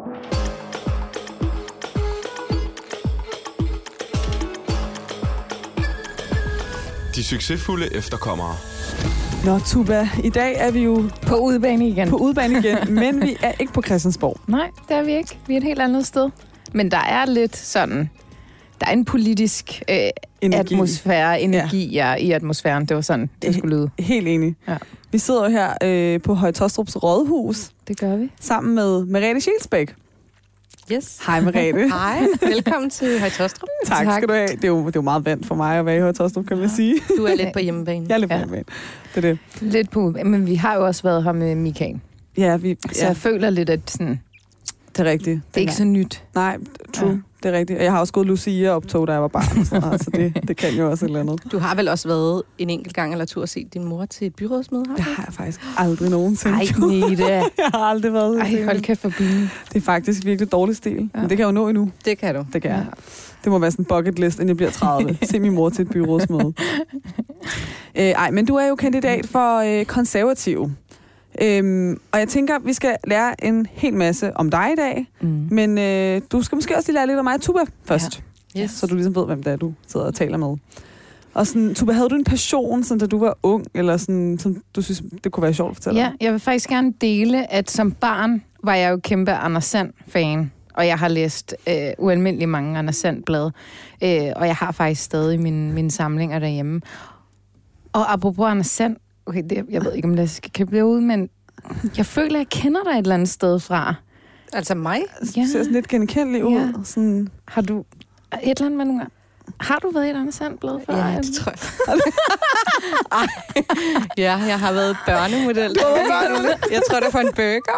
De succesfulde efterkommere. Nå, Tuba, i dag er vi jo på udebane igen. Men vi er ikke på Christiansborg. Nej, det er vi ikke. Vi er et helt andet sted. Men der er lidt sådan... Der er en politisk energi i atmosfæren. Det var sådan, det skulle lyde. Helt enig. Ja. Vi sidder her på Høje Taastrups Rådhus. Det gør vi. Sammen med Merete Scheelsbeck. Yes. Hej Merete. Hej, velkommen til Høje Taastrup. Tak skal du have. Det er jo meget vant for mig at være i Høje Taastrup, kan man sige. Du er lidt på hjemmebane. Jeg er lidt på hjemmebane. Det er det. Lidt på, men vi har jo også været her med Michael. Ja, så jeg føler lidt, at sådan... Det er rigtigt. Det er ikke så nyt. Nej, true. Ja. Det er rigtigt. Og jeg har også gået Lucia-optog, da jeg var barn. Så det kan jo også et eller andet. Du har vel også været en enkelt gang eller tur og set din mor til et byrådsmøde? Det har jeg faktisk aldrig nogensinde. Ej, Nete. Jeg har aldrig været. Ej, hold kæft for byen. Det er faktisk virkelig dårlig stil. Ja. Men det kan jeg jo nå endnu. Det kan du. Det kan jeg. Det må være sådan en bucket list, inden jeg bliver 30. Se min mor til et byrådsmøde. Men du er jo kandidat for konservativ. Og jeg tænker, vi skal lære en hel masse om dig i dag. Men du skal måske også lige lære lidt om mig, Tuba, først. Ja. Yes. Så du ligesom ved, hvem det er, du sidder og taler med. Og sådan, Tuba, havde du en passion, sådan, da du var ung, eller sådan, som du synes, det kunne være sjovt at fortælle? Ja, jeg vil faktisk gerne dele, at som barn var jeg jo kæmpe Anders Sand-fan. Og jeg har læst ualmindelig mange Anders Sand-blade. Og jeg har faktisk stadig mine samlinger derhjemme. Og apropos Anders Sand, okay, jeg ved ikke, om det skal kæmpe ud, men jeg føler, jeg kender dig et eller andet sted fra. Altså mig? Du ser sådan lidt genkendelig ud. Ja. Sådan... Har du et eller andet med nogle... Har du været i et Anders Sand-blad før? Ja, det tror jeg. Ja, jeg har været børnemodel. Jeg tror, det er for en burger.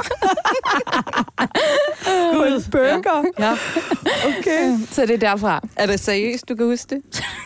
En burger? Ja. Okay. Så det er derfra. Er det seriøst, du kan huske det?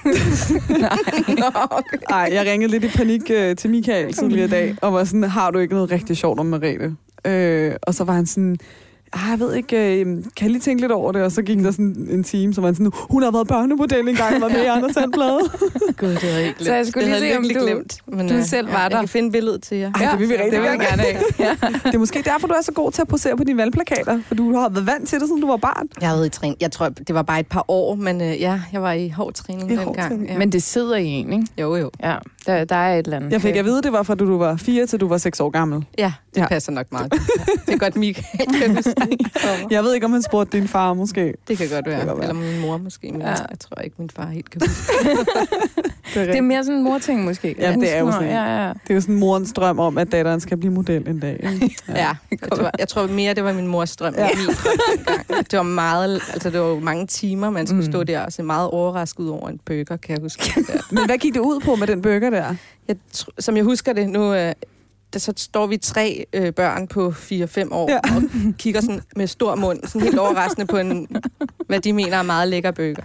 Nej. Okay. Ej, jeg ringede lidt i panik til Michael tidligere i dag, og var sådan, har du ikke noget rigtig sjovt om Merete? Og så var han sådan... jeg ved ikke, kan jeg lige tænke lidt over det? Og så gik der sådan en time, så var han sådan, hun har været børnemodel engang, og var med i Anders Sand-bladet. Gud, det havde jeg ikke glemt. Så jeg skulle lige se, om glemt. Men, du selv var der. Jeg kan finde billedet til jer. Ej, det vil vi rigtig gerne have. Ja. Det er måske derfor, du er så god til at posere på dine valgplakater, for du har været vant til det, siden du var barn. Jeg har været i træning. Jeg tror, det var bare et par år, men jeg var i hård træning dengang. Ja. Men det sidder i en, ikke? Jo. Ja, der er et eller andet. Jeg fik at vide, det var fra du var 4 til du var 6 år gammel. Ja, det passer nok meget. Det er godt, Michael kan huske det. Jeg ved ikke, om han spurgte din far, måske. Det kan godt være. Eller min mor, måske. Men jeg tror ikke, min far helt kan huske det er mere sådan en morting, måske. Ja, det er jo sådan. Ja. Det er jo sådan morens drøm om, at datteren skal blive model en dag. Ja, jeg tror mere, det var min mors drøm. Ja. Min drøm dengang. Det var meget, altså det var mange timer, man skulle stå der og se meget overrasket ud over en burger, kan jeg huske. Men hvad gik det ud på med den burger der? Som jeg husker det nu... så står vi 3 børn på 4-5 år og kigger sådan med stor mund, sådan helt overraskende på en, hvad de mener er meget lækker burger.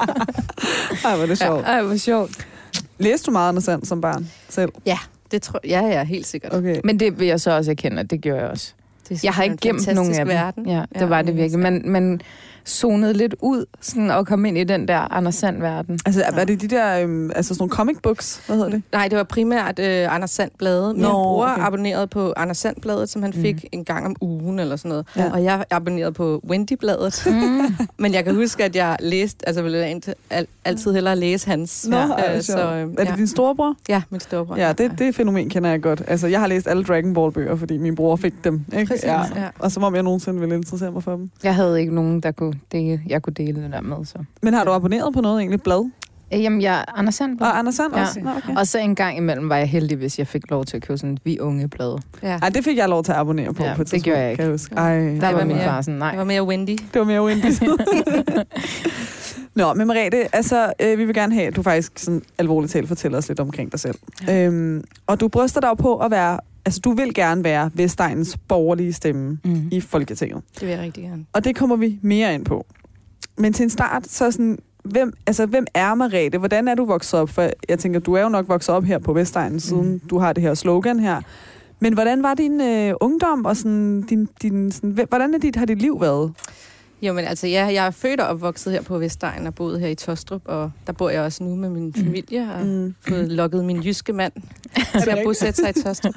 Ej, hvor er det sjovt. Ej, hvor sjovt. Læste du meget Anders Sand som barn selv? Ja, det tror jeg. Ja, helt sikkert. Okay. Men det vil jeg så også erkende, at det gjorde jeg også. Jeg har ikke gemt nogen af dem. Verden. Ja, det var det virkelig. Men zonede lidt ud sådan, og kom ind i den der Anders Sand-verden. Altså, var det de der altså sådan nogle comic books? Hvad hedder det? Nej, det var primært Anders Sand-bladet. Min bror abonnerede på Anders Sand-bladet, som han fik en gang om ugen eller sådan noget. Ja. Og jeg abonnerede på Wendy-bladet. Men jeg kan huske, at jeg læste, altså ville altid hellere læse hans. Er det din storebror? Ja, min storebror. Ja, det fænomen kender jeg godt. Altså, jeg har læst alle Dragon Ball-bøger, fordi min bror fik dem. Ikke? Præcis, ja. Og som om jeg nogensinde ville interessere mig for dem. Jeg havde ikke nogen, jeg kunne dele det der med. Så. Men har du abonneret på noget egentlig? Blad? Jamen, jeg er Anders Sand. Og Anders Sand også? Ja. Okay. Og så en gang imellem var jeg heldig, hvis jeg fik lov til at købe sådan et Vi Unge-blad. Ja. Ej, det fik jeg lov til at abonnere på. Ja, på det gjorde jeg ikke. Der var min far sådan, nej. Det var mere Wendy. Det var mere Wendy. Nå, men Merete, altså, vi vil gerne have, at du faktisk sådan alvorligt talt fortæller os lidt omkring dig selv. Ja. Og du bryster dig på at være, altså du vil gerne være Vestegnens borgerlige stemme i Folketinget. Det vil jeg rigtig gerne. Og det kommer vi mere ind på. Men til en start, så sådan, hvem er Merete? Hvordan er du vokset op? For jeg tænker, du er jo nok vokset op her på Vestegnen, siden du har det her slogan her. Men hvordan var din ungdom, og sådan, sådan, hvordan har dit liv været? Jo, men altså, ja, jeg er født og opvokset her på Vestegn og boet her i Taastrup, og der bor jeg også nu med min familie og fået lokket min jyske mand til at bosætte sig i Taastrup.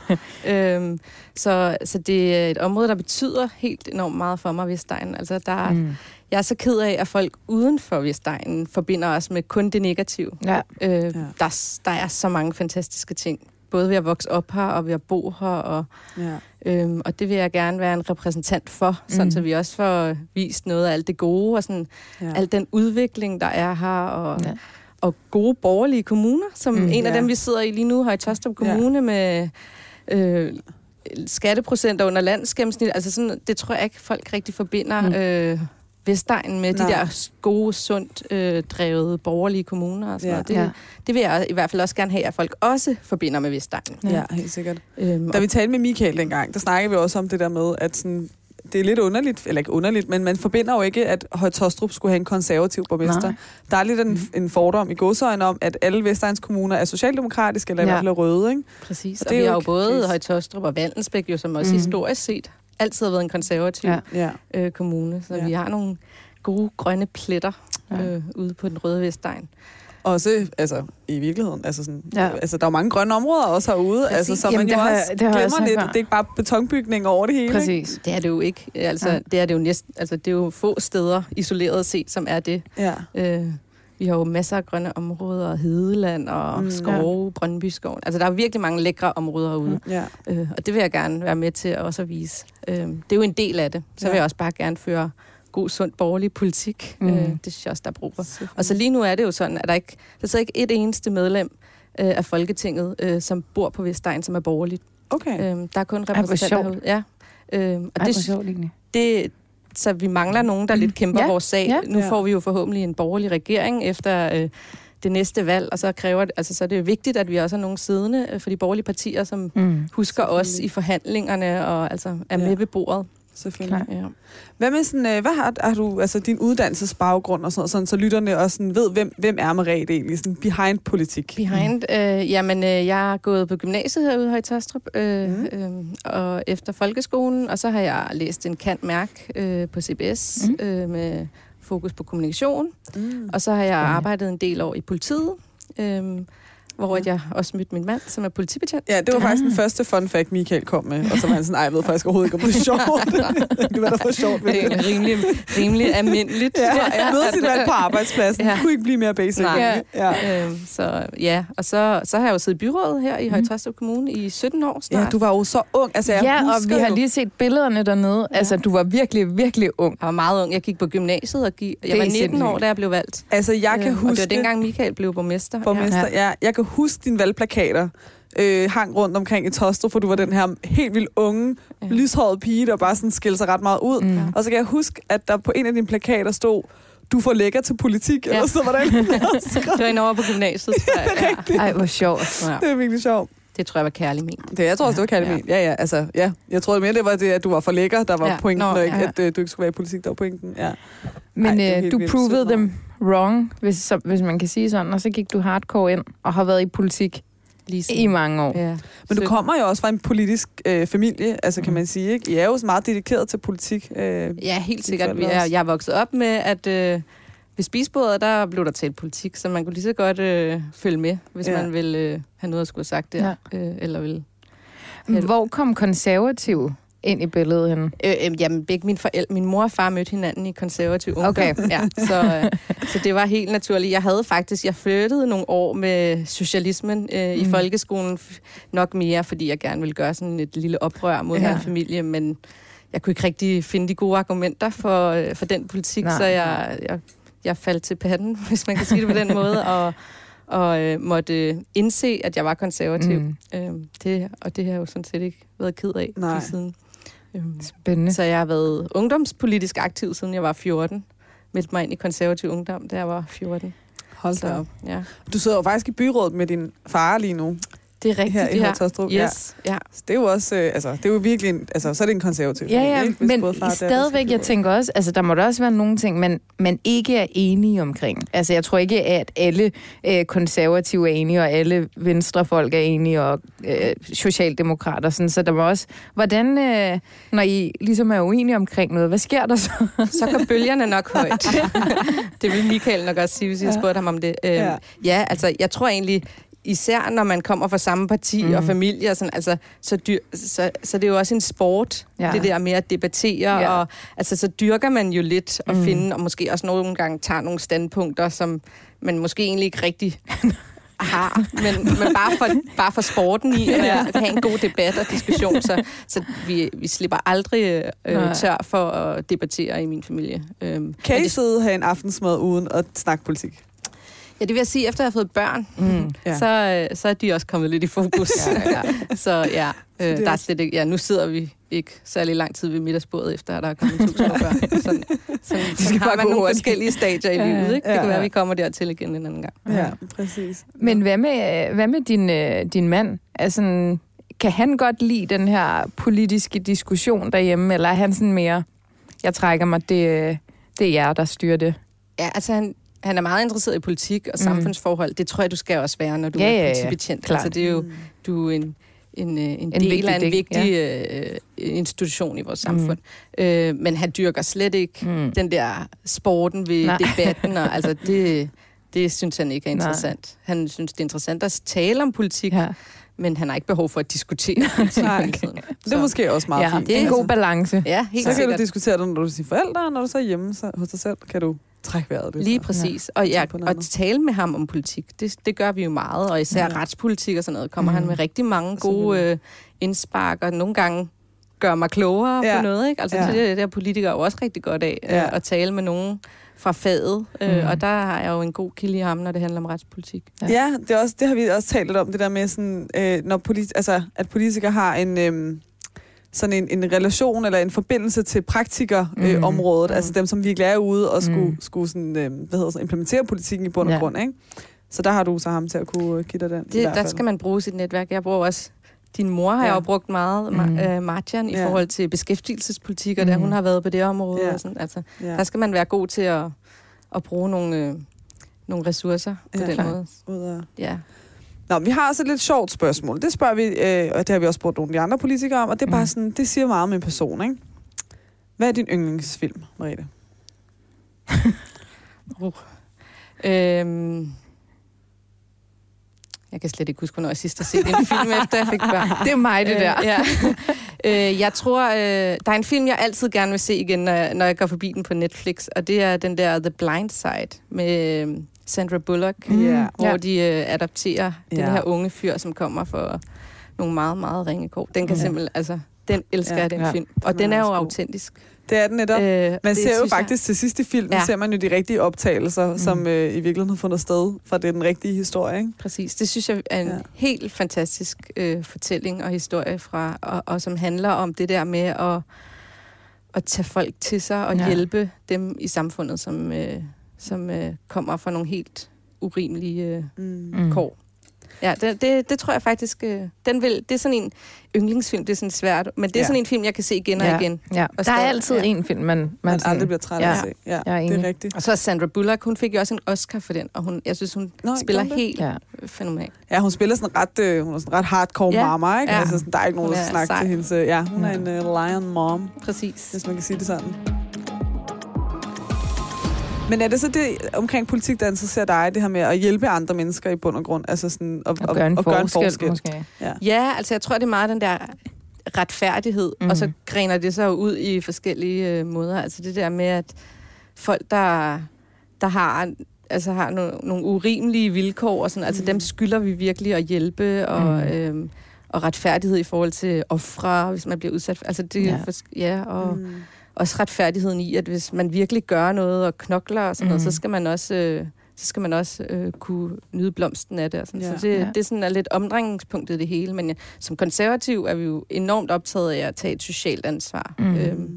Så det er et område, der betyder helt enormt meget for mig, Vestegn. Altså, jeg er så ked af, at folk uden for Vestegn forbinder os med kun det negative. Ja. Der er så mange fantastiske ting. Både ved at vokse op her, og ved at bo her, og det vil jeg gerne være en repræsentant for, sådan så vi også får vist noget af alt det gode, og sådan al den udvikling, der er her, og gode borgerlige kommuner, som en af dem, vi sidder i lige nu, Høje Taastrup Kommune, med skatteprocenter under landsgennemsnit. Altså sådan, det tror jeg ikke, folk rigtig forbinder Vestegn med de der gode, sundt drevet borgerlige kommuner og sådan noget. Det vil jeg i hvert fald også gerne have, at folk også forbinder med Vestegn. Ja, helt sikkert. Da vi talte med Michael dengang, der snakkede vi også om det der med, at sådan, det er lidt underligt, eller ikke underligt, men man forbinder jo ikke, at Høje Taastrup skulle have en konservativ borgmester. Nej. Der er lidt en fordom i gåseøjne om, at alle Vestegns kommuner er socialdemokratiske, eller i hvert fald er røde, ikke? Præcis, og vi har jo både Høje Taastrup og Vallensbæk, jo, som også historisk set altid har været en konservativ kommune. Så vi har nogle gode grønne pletter ude på den røde Vestegn. Også, altså, i virkeligheden, altså, sådan, altså, der er jo mange grønne områder også herude, altså, så man jo også glemmer lidt. Det er ikke bare betonbygninger over det hele. Præcis. Ikke? Det er det jo ikke. Altså, det er det jo næsten, altså, det er jo få steder isoleret set, som er det. Ja. Vi har jo masser af grønne områder, Hedeland og skove, Brøndbyskoven. Altså, der er virkelig mange lækre områder herude. Og det vil jeg gerne være med til også at vise. Det er jo en del af det. Så vil jeg også bare gerne føre god, sund borgerlig politik. Det synes jeg også, der er brug for. Og så lige nu er det jo sådan, at der sidder ikke et eneste medlem af Folketinget, som bor på Vestegn, som er borgerligt. Okay. Der er kun repræsentanter herude. Ja. Og så vi mangler nogen, der lidt kæmper vores sag. Ja. Nu får vi jo forhåbentlig en borgerlig regering efter det næste valg, og så kræver det, altså så er det jo vigtigt, at vi også har nogle siddende for de borgerlige partier, som husker os i forhandlingerne og altså er med ved bordet. Selvfølgelig. Ja. Hvad med sådan, hvad har du, altså din uddannelsesbaggrund og sådan, så lytterne også sådan, ved, hvem er Merete egentlig, sådan behind politik? Behind, jamen, jeg er gået på gymnasiet herude i Høje Taastrup, og efter folkeskolen, og så har jeg læst en cand.merc på CBS med fokus på kommunikation, og så har jeg arbejdet en del år i politiet, hvor jeg også mødte min mand, som er politibetjent. Ja, det var faktisk den første fun fact, Michael kom med. Og så var han sådan, jeg ved faktisk overhovedet ikke, om det er sjovt. Det var der for sjovt ved det. Rimelig almindeligt. Jeg mødte sit valg på arbejdspladsen. Kunne ikke blive mere basic. Nej. Og så har jeg jo siddet i byrådet her i Høje Taastrup Kommune i 17 år snart. Ja, du var jo så ung. Altså, og vi har lige set billederne dernede. Ja. Altså, du var virkelig, virkelig ung. Jeg var meget ung. Jeg gik på gymnasiet, og jeg var 19 år, da jeg blev valgt. Altså, jeg kan huske... Og det var dengang Michael blev borgmester. Jeg kan huske dine valgplakater hang rundt omkring i Taastrup, for du var den her helt vildt unge, lyshårede pige, der bare sådan skilte sig ret meget ud. Og så kan jeg huske, at der på en af dine plakater stod, du får lækker til politik, eller så var der en. Det var en over på gymnasiet. Ej, hvor sjovt. Det er virkelig sjovt. Det tror jeg var kærlig ment. Jeg tror også, det var kærlig ment. Ja. Altså, ja. Jeg tror mere, det var det, at du var for lækker, der var pointen, og ikke, at du ikke skulle være i politik, der var pointen. Ja. Men du proved them wrong, hvis man kan sige sådan, og så gik du hardcore ind og har været i politik i mange år. Ja. Men du kommer jo også fra en politisk familie, altså kan man sige, ikke? I er jo meget dedikeret til politik. Ja, helt sikkert. Jeg er vokset op med, at ved spisebordet, der blev der talt politik, så man kunne lige så godt følge med, hvis man ville have noget at skulle have sagt der. Eller ville. Hvor kom konservativ ind i billedet henne? Jamen, begge min mor og far mødte hinanden i konservativ ungdom. Okay. Ja, så det var helt naturligt. Jeg flyttede nogle år med socialismen i folkeskolen, nok mere, fordi jeg gerne ville gøre sådan et lille oprør mod min familie, men jeg kunne ikke rigtig finde de gode argumenter for den politik, så jeg faldt til patten, hvis man kan sige det på den måde, og måtte indse, at jeg var konservativ. Det har jeg jo sådan set ikke været ked af lige siden. Spændende. Så jeg har været ungdomspolitisk aktiv, siden jeg var 14. Meldte mig ind i konservativ ungdom, da jeg var 14. Hold da op. Ja. Du sidder jo faktisk i byrådet med din far lige nu. Det er rigtigt, her i Høje-Taastrup. Yes, ja. Så det er jo også, det er jo virkelig, så er det en konservativ. Ja, men stadigvæk, jeg tænker også, der må der også være nogle ting, man ikke er enige omkring. Altså, jeg tror ikke, at alle konservative er enige, og alle venstrefolk er enige, og socialdemokrater, sådan, så der må også, hvordan, når I ligesom er uenige omkring noget, hvad sker der så? Så går bølgerne nok højt. Det vil Michael nok også sige, hvis jeg spurgte ham om det. Ja, altså, jeg tror egentlig, især når man kommer fra samme parti og familie, og sådan, så det er jo også en sport, det der med at debattere, og så dyrker man jo lidt at finde, og måske også nogle gange tager nogle standpunkter, som man måske egentlig ikke rigtig har, men bare for sporten i at have en god debat og diskussion, så vi slipper aldrig tør for at debattere i min familie. Kan I sidde have en aftensmad uden at snakke politik? Ja, det vil jeg sige, efter jeg har fået børn, så er de også kommet lidt i fokus. Så der er slet ikke, nu sidder vi ikke særlig lang tid ved middagsbordet, efter at der er kommet 1000 børn. Så har man nogle forskellige stadier i livet, ikke? Det kan være, at vi kommer dertil igen en anden gang. Ja, præcis. Men hvad med din mand? Altså, kan han godt lide den her politiske diskussion derhjemme, eller er han sådan mere, jeg trækker mig, det er jer, der styrer det? Ja, altså han er meget interesseret i politik og samfundsforhold. Det tror jeg, du skal også være, når du er politibetjent. Altså, det er jo, du er en del af en vigtig institution i vores samfund. Men han dyrker slet ikke den der sporten ved debatten. Og, altså, det synes han ikke er interessant. Han synes, det er interessant at tale om politik, men han har ikke behov for at diskutere politik. Det er måske også meget fint. Det er en god balance. Ja, helt så kan du diskutere det, når du er dine forældre, og når du så er hjemme hos dig selv, kan du træk vejret. Lige præcis. Og tale med ham om politik, det gør vi jo meget, og især retspolitik og sådan noget, kommer han med rigtig mange gode indspark, og nogle gange gør mig klogere på noget, ikke? Altså det der politikere er jo også rigtig godt af at tale med nogen fra faget, og der har jeg jo en god kilde i ham, når det handler om retspolitik. Ja, det har vi også talt lidt om, det der med sådan, når at politikere har en sådan en relation eller en forbindelse til praktikerområdet, altså dem, som virkelig er ude og skulle sådan, implementere politikken i bund og grund, ikke? Så der har du så ham til at kunne give dig den. Der skal man bruge sit netværk. Jeg bruger også, din mor har jeg jo brugt meget, Marjan, i forhold til beskæftigelsespolitik, og der hun har været på det område. Og sådan. Altså, der skal man være god til at bruge nogle ressourcer på den måde. Nå, vi har også et lidt sjovt spørgsmål. Det spørger vi, og det har vi også spurgt nogle af de andre politikere om, og det er bare sådan, det siger meget om en person, ikke? Hvad er din yndlingsfilm, Merete? Jeg kan slet ikke huske, hvornår jeg sidst har set en film, efter jeg fik børn. Det er mig, det der. Jeg tror, der er en film, jeg altid gerne vil se igen, når jeg går forbi den på Netflix, og det er den der The Blind Side med Sandra Bullock, hvor de adapterer den her unge fyr, som kommer for nogle meget, meget ringe kår. Den kan simpelthen, den elsker jeg, den film. Og den er jo autentisk. Det er den netop. Man ser jo faktisk til sidst i filmen, ser man jo de rigtige optagelser, som i virkeligheden har fundet sted fra den rigtige historie, ikke? Præcis. Det synes jeg er en helt fantastisk fortælling og historie fra, og som handler om det der med at tage folk til sig og hjælpe dem i samfundet, som kommer fra nogle helt urimelige kår. Ja, det tror jeg faktisk, det er sådan en yndlingsfilm, det er sådan svært, men det er sådan en film, jeg kan se igen og igen. Ja. Og der er altid en film, man aldrig bliver træt af at se. Ja, det er rigtigt. Og så Sandra Bullock, hun fik jo også en Oscar for den, og jeg synes, hun spiller helt fænomenalt. Ja, hun spiller sådan ret hardcore mama, ikke? Altså, sådan, der er ikke nogen, der snakker til hendes. Ja, hun er en lion mom. Præcis. Hvis man kan sige det sådan. Men er det så det omkring politik, der interesserer dig, det her med at hjælpe andre mennesker i bund og grund? Altså sådan at gøre en forskel? Måske. Ja, altså jeg tror, det er meget den der retfærdighed, og så griner det så ud i forskellige måder. Altså det der med, at folk, der har nogle urimelige vilkår, og sådan, altså dem skylder vi virkelig at hjælpe, og retfærdighed i forhold til ofre, hvis man bliver udsat for. Altså det, også retfærdigheden i, at hvis man virkelig gør noget og knokler og sådan noget, så skal man også kunne nyde blomsten af det. Og sådan. Så det er sådan lidt omdrejningspunktet det hele. Men som konservativ er vi jo enormt optaget af at tage et socialt ansvar.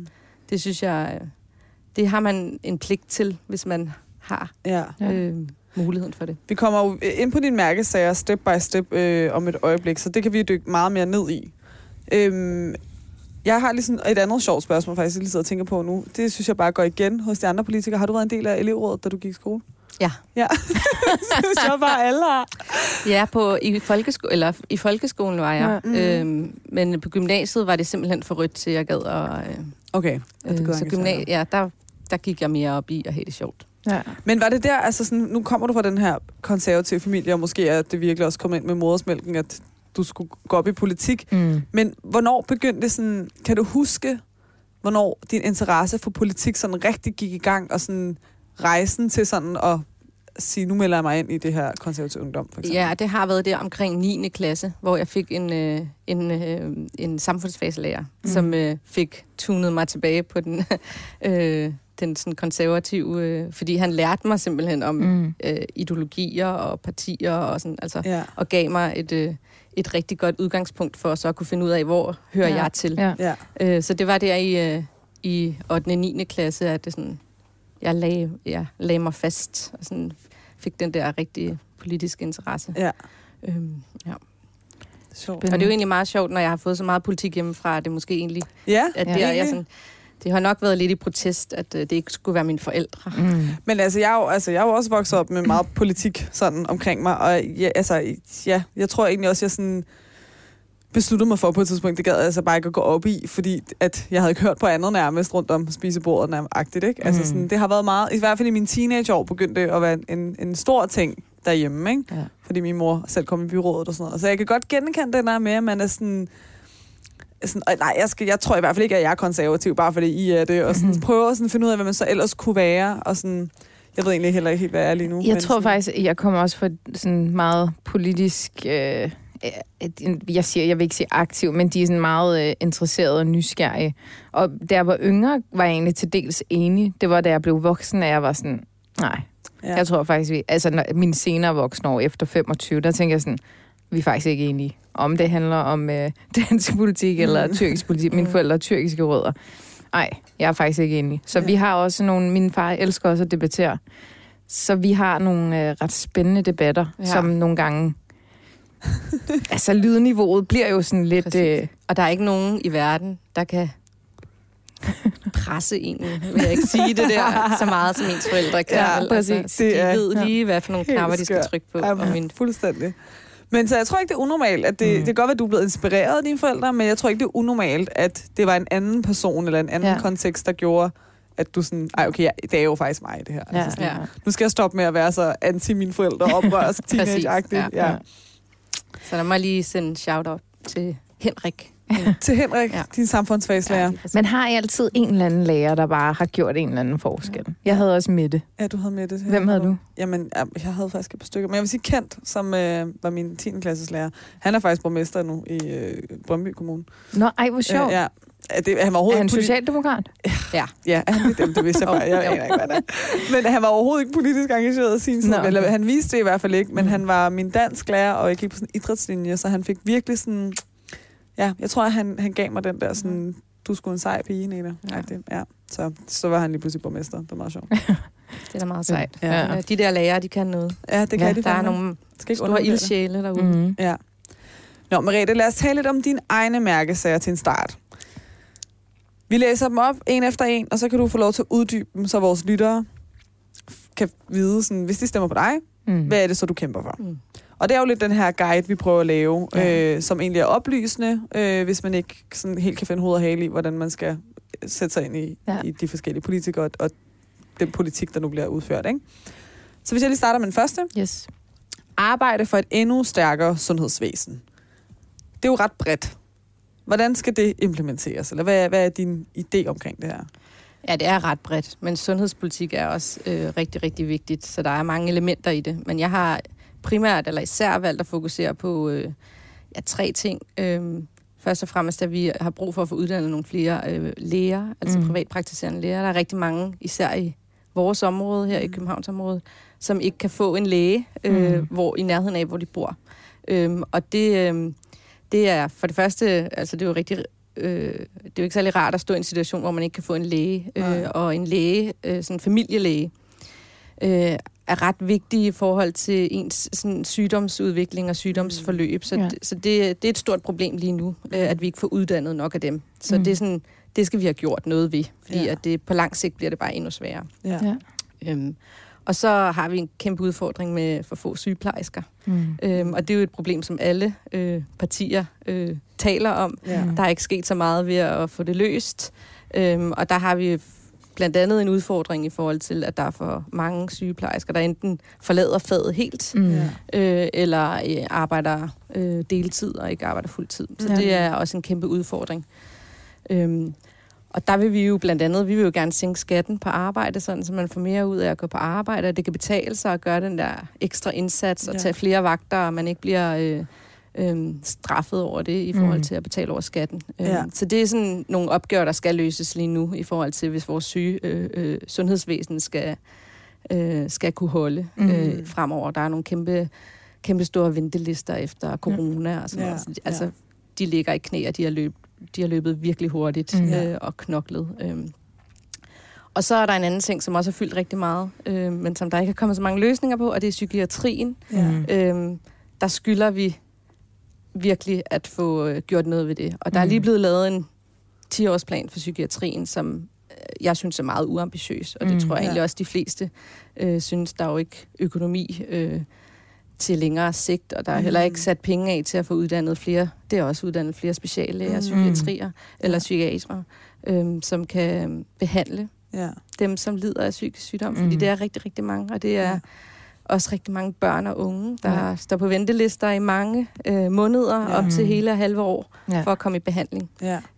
Det synes jeg, det har man en pligt til, hvis man har muligheden for det. Vi kommer jo ind på dine mærkesager step by step om et øjeblik, så det kan vi dykke meget mere ned i. Jeg har lige sådan et andet sjovt spørgsmål, faktisk, jeg lige sidder og tænker på nu. Det synes jeg bare går igen hos de andre politikere. Har du været en del af elevrådet, da du gik i skole? Ja. Ja, synes jeg bare alle har. Ja, i folkeskolen var jeg. Ja. Men på gymnasiet var det simpelthen for rødt til, jeg gad. Okay. Så der gik jeg mere op i at have det sjovt. Ja. Men var det der, altså sådan, nu kommer du fra den her konservative familie, og måske er det virkelig også kommet ind med modersmælken, at du skulle gå op i politik. Men hvornår begyndte sådan, kan du huske, hvornår din interesse for politik sådan rigtig gik i gang, og sådan rejsen til sådan at sige, nu melder jeg mig ind i det her konservative ungdom, for eksempel? Ja, det har været der omkring 9. klasse, hvor jeg fik en samfundsfagslærer, som fik tunet mig tilbage på den sådan konservative, fordi han lærte mig simpelthen om ideologier og partier og sådan, altså, og gav mig et rigtig godt udgangspunkt for så at kunne finde ud af, hvor hører jeg til. Ja. Så det var der i 8. og 9. klasse, at det sådan, jeg lagde mig fast og sådan fik den der rigtig politiske interesse. Ja. Og det er jo egentlig meget sjovt, når jeg har fået så meget politik hjemmefra, at det måske egentlig... Det har nok været lidt i protest, at det ikke skulle være mine forældre. Men altså, jeg er jo også vokset op med meget politik sådan omkring mig, og jeg tror egentlig også, jeg sådan besluttede mig for på et tidspunkt, det gad jeg altså bare ikke at gå op i, fordi at jeg havde ikke hørt på andet nærmest rundt om spisebordet nærmest-agtigt, ikke? Altså sådan, det har været meget, i hvert fald i mine teenageår begyndte det at være en stor ting derhjemme, ikke? Ja. Fordi min mor selv kom i byrådet og sådan noget. Så jeg kan godt genkende den der med, at man er sådan nej, jeg tror i hvert fald ikke, at jeg er konservativ, bare fordi I er det, og sådan, prøver at finde ud af, hvad man så ellers kunne være, og sådan, jeg ved egentlig heller ikke helt, hvad jeg er lige nu. Jeg tror faktisk, jeg kommer også fra sådan meget politisk, jeg vil ikke sige aktiv, men de er sådan meget interesserede og nysgerrige. Og da jeg var yngre, var jeg egentlig til dels enig. Det var, da jeg blev voksen, at jeg var sådan, nej. Ja. Jeg tror faktisk, når mine senere voksne år efter 25, der tænker jeg sådan, vi er faktisk ikke enige. Om det handler om dansk politik eller tyrkisk politik. Mine forældre er tyrkiske rødder. Nej, jeg er faktisk ikke enig. Så vi har også min far elsker også at debattere. Så vi har nogle ret spændende debatter, som nogle gange... altså, lydniveauet bliver jo sådan lidt... Og der er ikke nogen i verden, der kan presse en, vil jeg ikke sige det der, så meget som ens forældre kan. Ja, præcis. Altså, de ved lige, hvad for nogle knapper, de skal trykke på. Fuldstændig. Men så jeg tror ikke, det er unormalt, at det kan godt være, at du er blevet inspireret af dine forældre, men jeg tror ikke, det er unormalt, at det var en anden person eller en anden kontekst, der gjorde, at du sådan, det er jo faktisk mig, det her. Ja. Altså sådan, nu skal jeg stoppe med at være så anti mine forældre, oprørs, teenage-agtigt. Ja. Så der må jeg lige sende en shout-out til Henrik. Til Henrik, din samfundsfagslærer. Man har altid en eller anden lærer, der bare har gjort en eller anden forskel. Jeg havde også Mette. Ja, du havde Mette. Hvem havde du? Jamen, jeg havde faktisk et par stykker. Men jeg vil sige Kent, som var min 10. klasses lærer. Han er faktisk borgmester nu i Brøndby Kommune. Nå, ej, hvor sjovt. Han var overhovedet er han socialdemokrat? Ja, det vidste jeg bare. Jeg aner ikke, hvad det er. Men han var overhovedet ikke politisk engageret i sin tid. Eller han viste det i hvert fald ikke, men han var min dansk lærer, og jeg gik på sådan en idrætslinje, så han fik virkelig sådan... Ja, jeg tror, han gav mig den der sådan, du skulle en sej pige, Nina. Ja. Så var han lige pludselig borgmester. Det var meget sjovt. Det er da meget sejt. Ja. De der lærere, de kan noget. Ja, det kan de. Der er nogle store ildsjæle derude. Ja. Nå, Merete, lad os tale lidt om dine egne mærkesager til en start. Vi læser dem op, en efter en, og så kan du få lov til at uddybe dem, så vores lyttere kan vide, sådan, hvis de stemmer på dig, hvad er det så, du kæmper for? Og det er jo lidt den her guide, vi prøver at lave, som egentlig er oplysende, hvis man ikke sådan helt kan finde hoved og hale i, hvordan man skal sætte sig ind i de forskellige politikere og den politik, der nu bliver udført. Ikke? Så hvis jeg lige starter med den første. Yes. Arbejde for et endnu stærkere sundhedsvæsen. Det er jo ret bredt. Hvordan skal det implementeres? Eller hvad er din idé omkring det her? Ja, det er ret bredt, men sundhedspolitik er også rigtig, rigtig vigtigt, så der er mange elementer i det. Men jeg har primært eller især valgt at fokusere på 3 ting. Først og fremmest, at vi har brug for at få uddannet nogle flere læger, altså privatpraktiserende læger. Der er rigtig mange, især i vores område her i Københavnsområdet, som ikke kan få en læge, hvor i nærheden af, hvor de bor. Og det er for det første, altså det er jo rigtig... det er jo ikke særlig rart at stå i en situation, hvor man ikke kan få en læge, og en læge, sådan en familielæge. er ret vigtige i forhold til ens sådan, sygdomsudvikling og sygdomsforløb. Så det er et stort problem lige nu, at vi ikke får uddannet nok af dem. Så det er sådan, det skal vi have gjort noget ved, fordi at det, på lang sigt bliver det bare endnu sværere. Ja. Og så har vi en kæmpe udfordring med for få sygeplejersker. Og det er jo et problem, som alle partier taler om. Der er ikke sket så meget ved at få det løst. Og der har vi blandt andet en udfordring i forhold til, at der er for mange sygeplejersker, der enten forlader faget helt, eller arbejder deltid og ikke arbejder fuldtid. Så det er også en kæmpe udfordring. Og der vil vi jo blandt andet, vi vil jo gerne sænke skatten på arbejde, sådan, så man får mere ud af at gå på arbejde, og det kan betale sig at gøre den der ekstra indsats og tage flere vagter, og man ikke bliver straffet over det i forhold til at betale over skatten. Så det er sådan nogle opgaver, der skal løses lige nu i forhold til, hvis vores sundhedsvæsen skal kunne holde fremover. Der er nogle kæmpe store ventelister efter corona og sådan noget. Altså, de ligger i knæ, og de har løbet virkelig hurtigt og knoklet. Og så er der en anden ting, som også har fyldt rigtig meget, men som der ikke er kommet så mange løsninger på, og det er psykiatrien. Der skylder vi virkelig at få gjort noget ved det. Og der er lige blevet lavet en 10-årsplan for psykiatrien, som jeg synes er meget uambitiøs, og det tror jeg egentlig også de fleste synes, der er jo ikke økonomi til længere sigt, og der er heller ikke sat penge af til at få uddannet flere. Det er også uddannet flere speciallæger, psykiatrier eller psykiatere, som kan behandle dem, som lider af psykisk sygdom, fordi det er rigtig, rigtig mange, og det er også rigtig mange børn og unge, der står på ventelister i mange måneder, op til hele halve år, for at komme i behandling.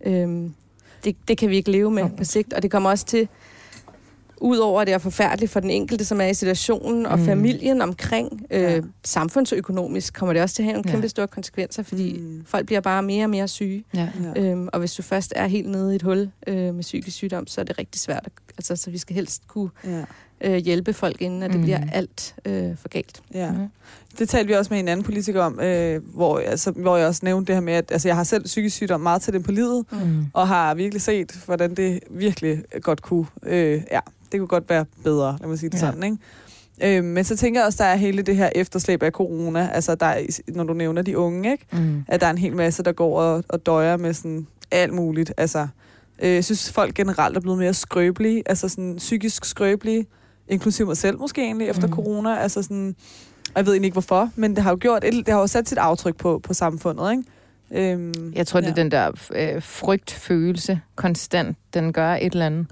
Det kan vi ikke leve med på sigt, og det kommer også til, udover at det er forfærdeligt for den enkelte, som er i situationen, og familien omkring, samfundsøkonomisk, kommer det også til at have nogle kæmpe store konsekvenser, fordi folk bliver bare mere og mere syge. Og hvis du først er helt nede i et hul med psykisk sygdom, så er det rigtig svært. Altså, så vi skal helst kunne hjælpe folk, inden at det bliver alt for galt. Det talte vi også med en anden politiker om, hvor jeg også nævnte det her med, at jeg har selv psykisk sygdom meget til det på livet, og har virkelig set, hvordan det virkelig godt kunne, det kunne godt være bedre, lad mig sige det sådan, ikke? Men så tænker jeg også, der er hele det her efterslæb af corona, altså der er, når du nævner de unge, ikke? At der er en hel masse, der går og døjer med sådan alt muligt. Altså, jeg synes, folk generelt er blevet mere skrøbelige, altså sådan psykisk skrøbelige, inklusive mig selv måske egentlig, efter corona. Altså sådan, og jeg ved egentlig ikke hvorfor, men det har jo sat sit aftryk på samfundet, ikke? Jeg tror, det er den der frygtfølelse konstant, den gør et eller andet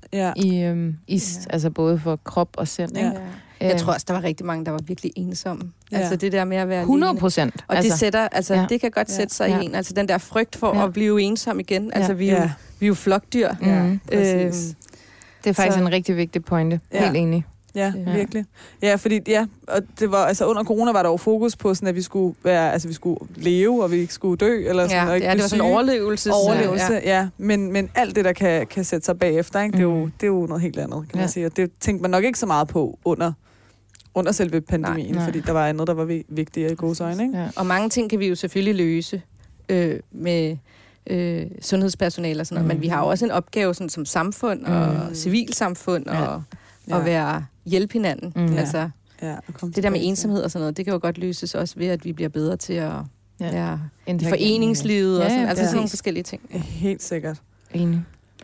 altså både for krop og sind. Ikke? Jeg tror også, der var rigtig mange, der var virkelig ensomme. Altså det der med at være 100%. Og det sætter, det kan godt sætte sig i en. Altså den der frygt for at blive ensom igen. Altså vi er jo flokdyr. Det er faktisk en rigtig vigtig pointe. Helt enig. Ja, virkelig. Ja, fordi og det var altså under corona var der jo fokus på sådan at vi skulle være, altså vi skulle leve og vi ikke skulle dø eller sådan noget. Ja, det var sådan en overlevelse. Men alt det der kan sætte sig bagefter, ikke? Det er jo noget helt andet, kan man sige. Og det tænkte man nok ikke så meget på under selve pandemien, fordi der var andet der var vigtigere i gåseøjne, ikke? Ja. Og mange ting kan vi jo selvfølgelig løse med sundhedspersonale og sådan noget, men vi har jo også en opgave sådan som samfund og civilsamfund og hjælpe hinanden. Altså, det der med ensomhed og sådan noget, det kan jo godt løses også ved, at vi bliver bedre til at i foreningslivet og sådan, altså sådan nogle forskellige ting. Helt sikkert. Enig.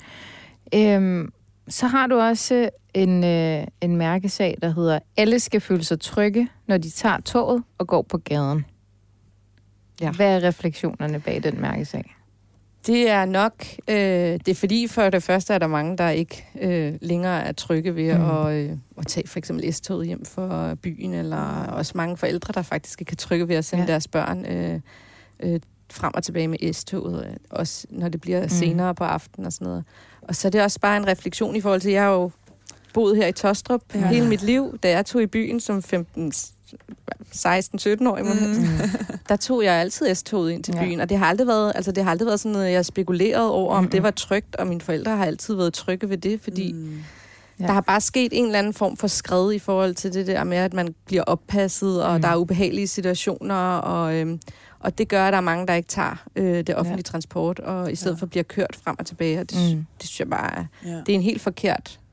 Så har du også en mærkesag, der hedder, alle skal føle sig trygge, når de tager toget og går på gaden. Ja. Hvad er refleksionerne bag den mærkesag? Det er nok, det er fordi for det første er der mange, der ikke længere er trygge ved at tage for eksempel S-toget hjem fra byen, eller også mange forældre, der faktisk ikke er trygge ved at sende deres børn frem og tilbage med S-toget, også når det bliver senere på aftenen og sådan noget. Og så er det også bare en refleksion i forhold til, jeg har jo boet her i Tostrup hele mit liv, da jeg tog i byen som 16-17-årig, der tog jeg altid S-toget ind til byen, og det har aldrig været sådan noget, jeg spekuleret over, om det var trygt, og mine forældre har altid været trygge ved det, fordi der har bare sket en eller anden form for skred i forhold til det der med, at man bliver oppasset, og der er ubehagelige situationer, og det gør, at der er mange, der ikke tager det offentlige transport, og i stedet for bliver kørt frem og tilbage, og det synes jeg bare, det er en helt forkert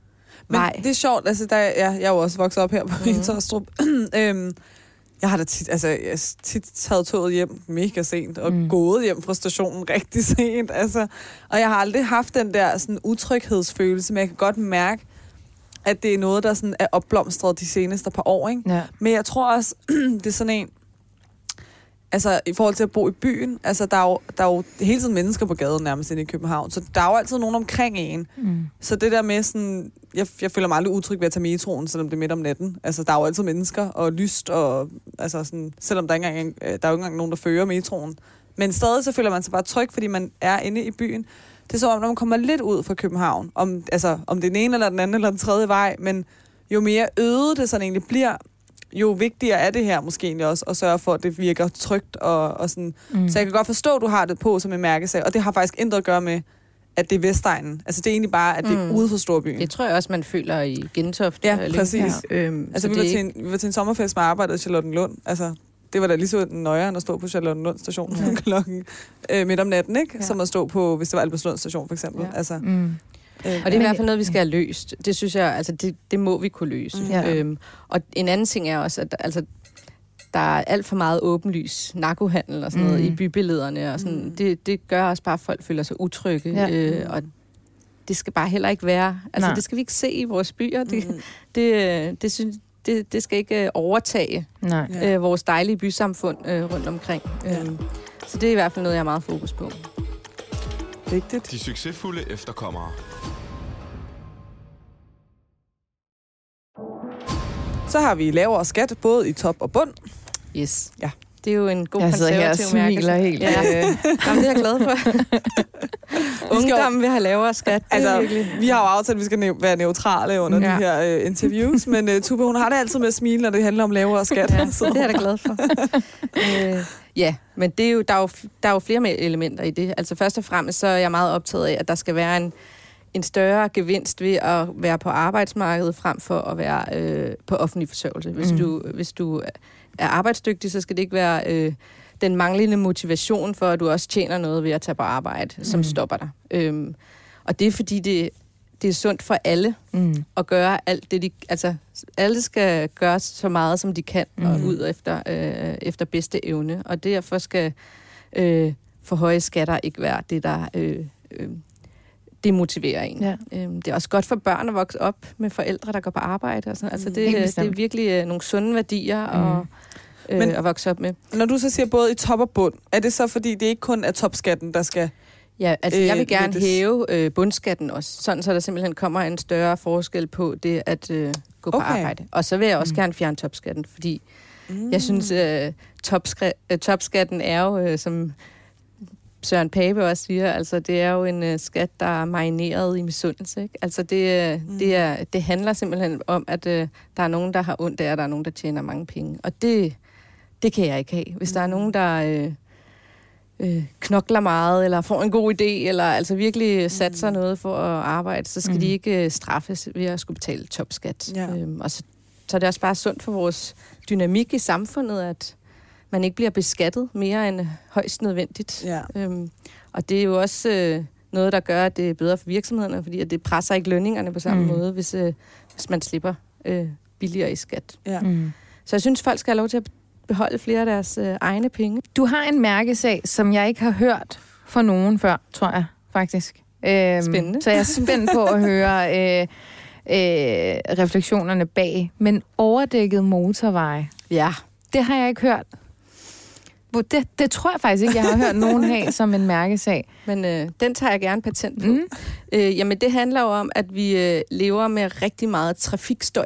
vej. det er sjovt, altså jeg er jo også vokset op her på Interstrup. Jeg har da tit taget toget hjem mega sent, og gået hjem fra stationen rigtig sent. Altså. Og jeg har aldrig haft den der sådan, utryghedsfølelse, men jeg kan godt mærke, at det er noget, der sådan, er opblomstret de seneste par år. Ikke? Ja. Men jeg tror også, det er sådan en... Altså, i forhold til at bo i byen, altså, der er jo hele tiden mennesker på gaden nærmest inde i København, så der er jo altid nogen omkring en. Så det der med sådan... Jeg føler mig aldrig utryg ved at tage metroen, selvom det er midt om natten. Altså, der er jo altid mennesker og lyst, og altså sådan... Selvom der er jo ikke engang nogen, der fører metroen. Men stadig så føler man sig bare tryg, fordi man er inde i byen. Det er så, når man kommer lidt ud fra København, om det er den ene eller den anden eller den tredje vej, men jo mere øde det sådan egentlig bliver, jo vigtigere er det her måske egentlig også, at sørge for, at det virker trygt og sådan. Så jeg kan godt forstå, at du har det på som en mærkesag, og det har faktisk intet at gøre med, at det er Vestegnen. Altså det er egentlig bare, at det er ude for storbyen. Det tror jeg også, man føler i Gentofte. Ja, præcis. Altså vi var til en sommerfest med arbejdet i Charlottenlund. Altså det var da lige så nøjere at stå på Charlottenlund station klokken midt om natten, ikke? Ja. Som at stå på, hvis det var Albertslund station for eksempel. Ja. Altså, og det er i hvert fald noget, vi skal have løst. Det synes jeg, altså det må vi kunne løse. Og en anden ting er også, at altså, der er alt for meget åbenlys narkohandel og sådan noget i bybillederne. Og sådan. Det gør også bare, at folk føler sig utrygge. Og det skal bare heller ikke være... Altså, det skal vi ikke se i vores byer. Det skal ikke overtage vores dejlige bysamfund rundt omkring. Så det er i hvert fald noget, jeg har meget fokus på. Vigtigt. De succesfulde efterkommere. Så har vi lavere skat, både i top og bund. Yes. Ja. Det er jo en god konservativ mærke. Jeg sidder her og smiler helt. Jamen, det er jeg glad for. Ungdommen vil have lavere skat. Altså, vi har jo aftalt, at vi skal være neutrale under de her interviews, men Tube, hun har det altid med at smile, når det handler om lavere skat. Ja, det er jeg da glad for. Men det er jo, der er jo flere elementer i det. Altså først og fremmest så er jeg meget optaget af, at der skal være en større gevinst ved at være på arbejdsmarkedet, frem for at være på offentlig forsørgelse. Hvis du er arbejdsdygtig, så skal det ikke være den manglende motivation for, at du også tjener noget ved at tage på arbejde, som stopper dig. Og det er fordi, det er sundt for alle at gøre alt det, altså alle skal gøre så meget, som de kan, og ud efter bedste evne. Og derfor skal for høje skatter ikke være det, der demotiverer en. Ja. Det er også godt for børn at vokse op med forældre, der går på arbejde. Og sådan. Altså det er virkelig nogle sunde værdier at vokse op med. Når du så siger både i top og bund, er det så fordi, det ikke kun er topskatten, der skal... Ja, altså jeg vil gerne hæve bundskatten også, sådan så der simpelthen kommer en større forskel på det at gå på arbejde. Og så vil jeg også gerne fjerne topskatten, fordi jeg synes, topskatten er jo, som Søren Pape også siger, altså det er jo en skat, der er marineret i misundelse, ikke? Altså det handler simpelthen om, at der er nogen, der har ondt af, og der er nogen, der tjener mange penge. Og det kan jeg ikke have. Hvis der er nogen, der knokler meget, eller får en god idé, eller altså virkelig satser noget for at arbejde, så skal de ikke straffes ved at skulle betale topskat. Ja. Og så er det også bare sundt for vores dynamik i samfundet, at man ikke bliver beskattet mere end højst nødvendigt. Ja. Og det er jo også noget, der gør, at det er bedre for virksomhederne, fordi at det presser ikke lønningerne på samme måde, hvis man slipper billigere i skat. Ja. Så jeg synes, folk skal have lov til at beholde flere af deres egne penge. Du har en mærkesag, som jeg ikke har hørt fra nogen før, tror jeg, faktisk. Spændende. Så jeg er spændt på at høre refleksionerne bag. Men overdækket motorveje. Ja. Det har jeg ikke hørt. Det tror jeg faktisk ikke, jeg har hørt nogen have som en mærkesag. Men den tager jeg gerne patent på. Jamen, det handler jo om, at vi lever med rigtig meget trafikstøj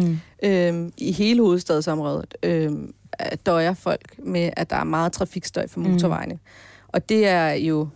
i hele hovedstadsområdet. Døjer folk med, at der er meget trafikstøj for motorvejene. Og det er jo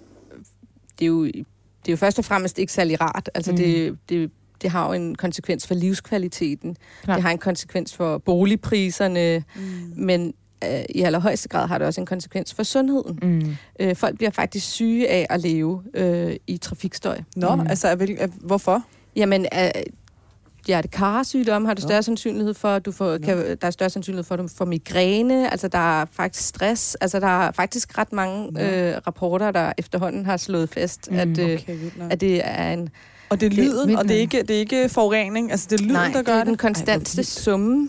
først og fremmest ikke særlig rart. Altså, det har jo en konsekvens for livskvaliteten. Klar. Det har en konsekvens for boligpriserne, men i allerhøjeste grad har det også en konsekvens for sundheden. Folk bliver faktisk syge af at leve i trafikstøj. Altså hvorfor? Jamen, hjerte-karsygdomme har du større sandsynlighed for, at du får, der er større sandsynlighed for, at du får migræne. Altså, der er faktisk stress. Altså, der er faktisk ret mange rapporter, der efterhånden har slået fast, at det er Og det er lyden, og det er ikke forurening. Altså, det er lyden, der gør det. Nej, det er den konstante summe,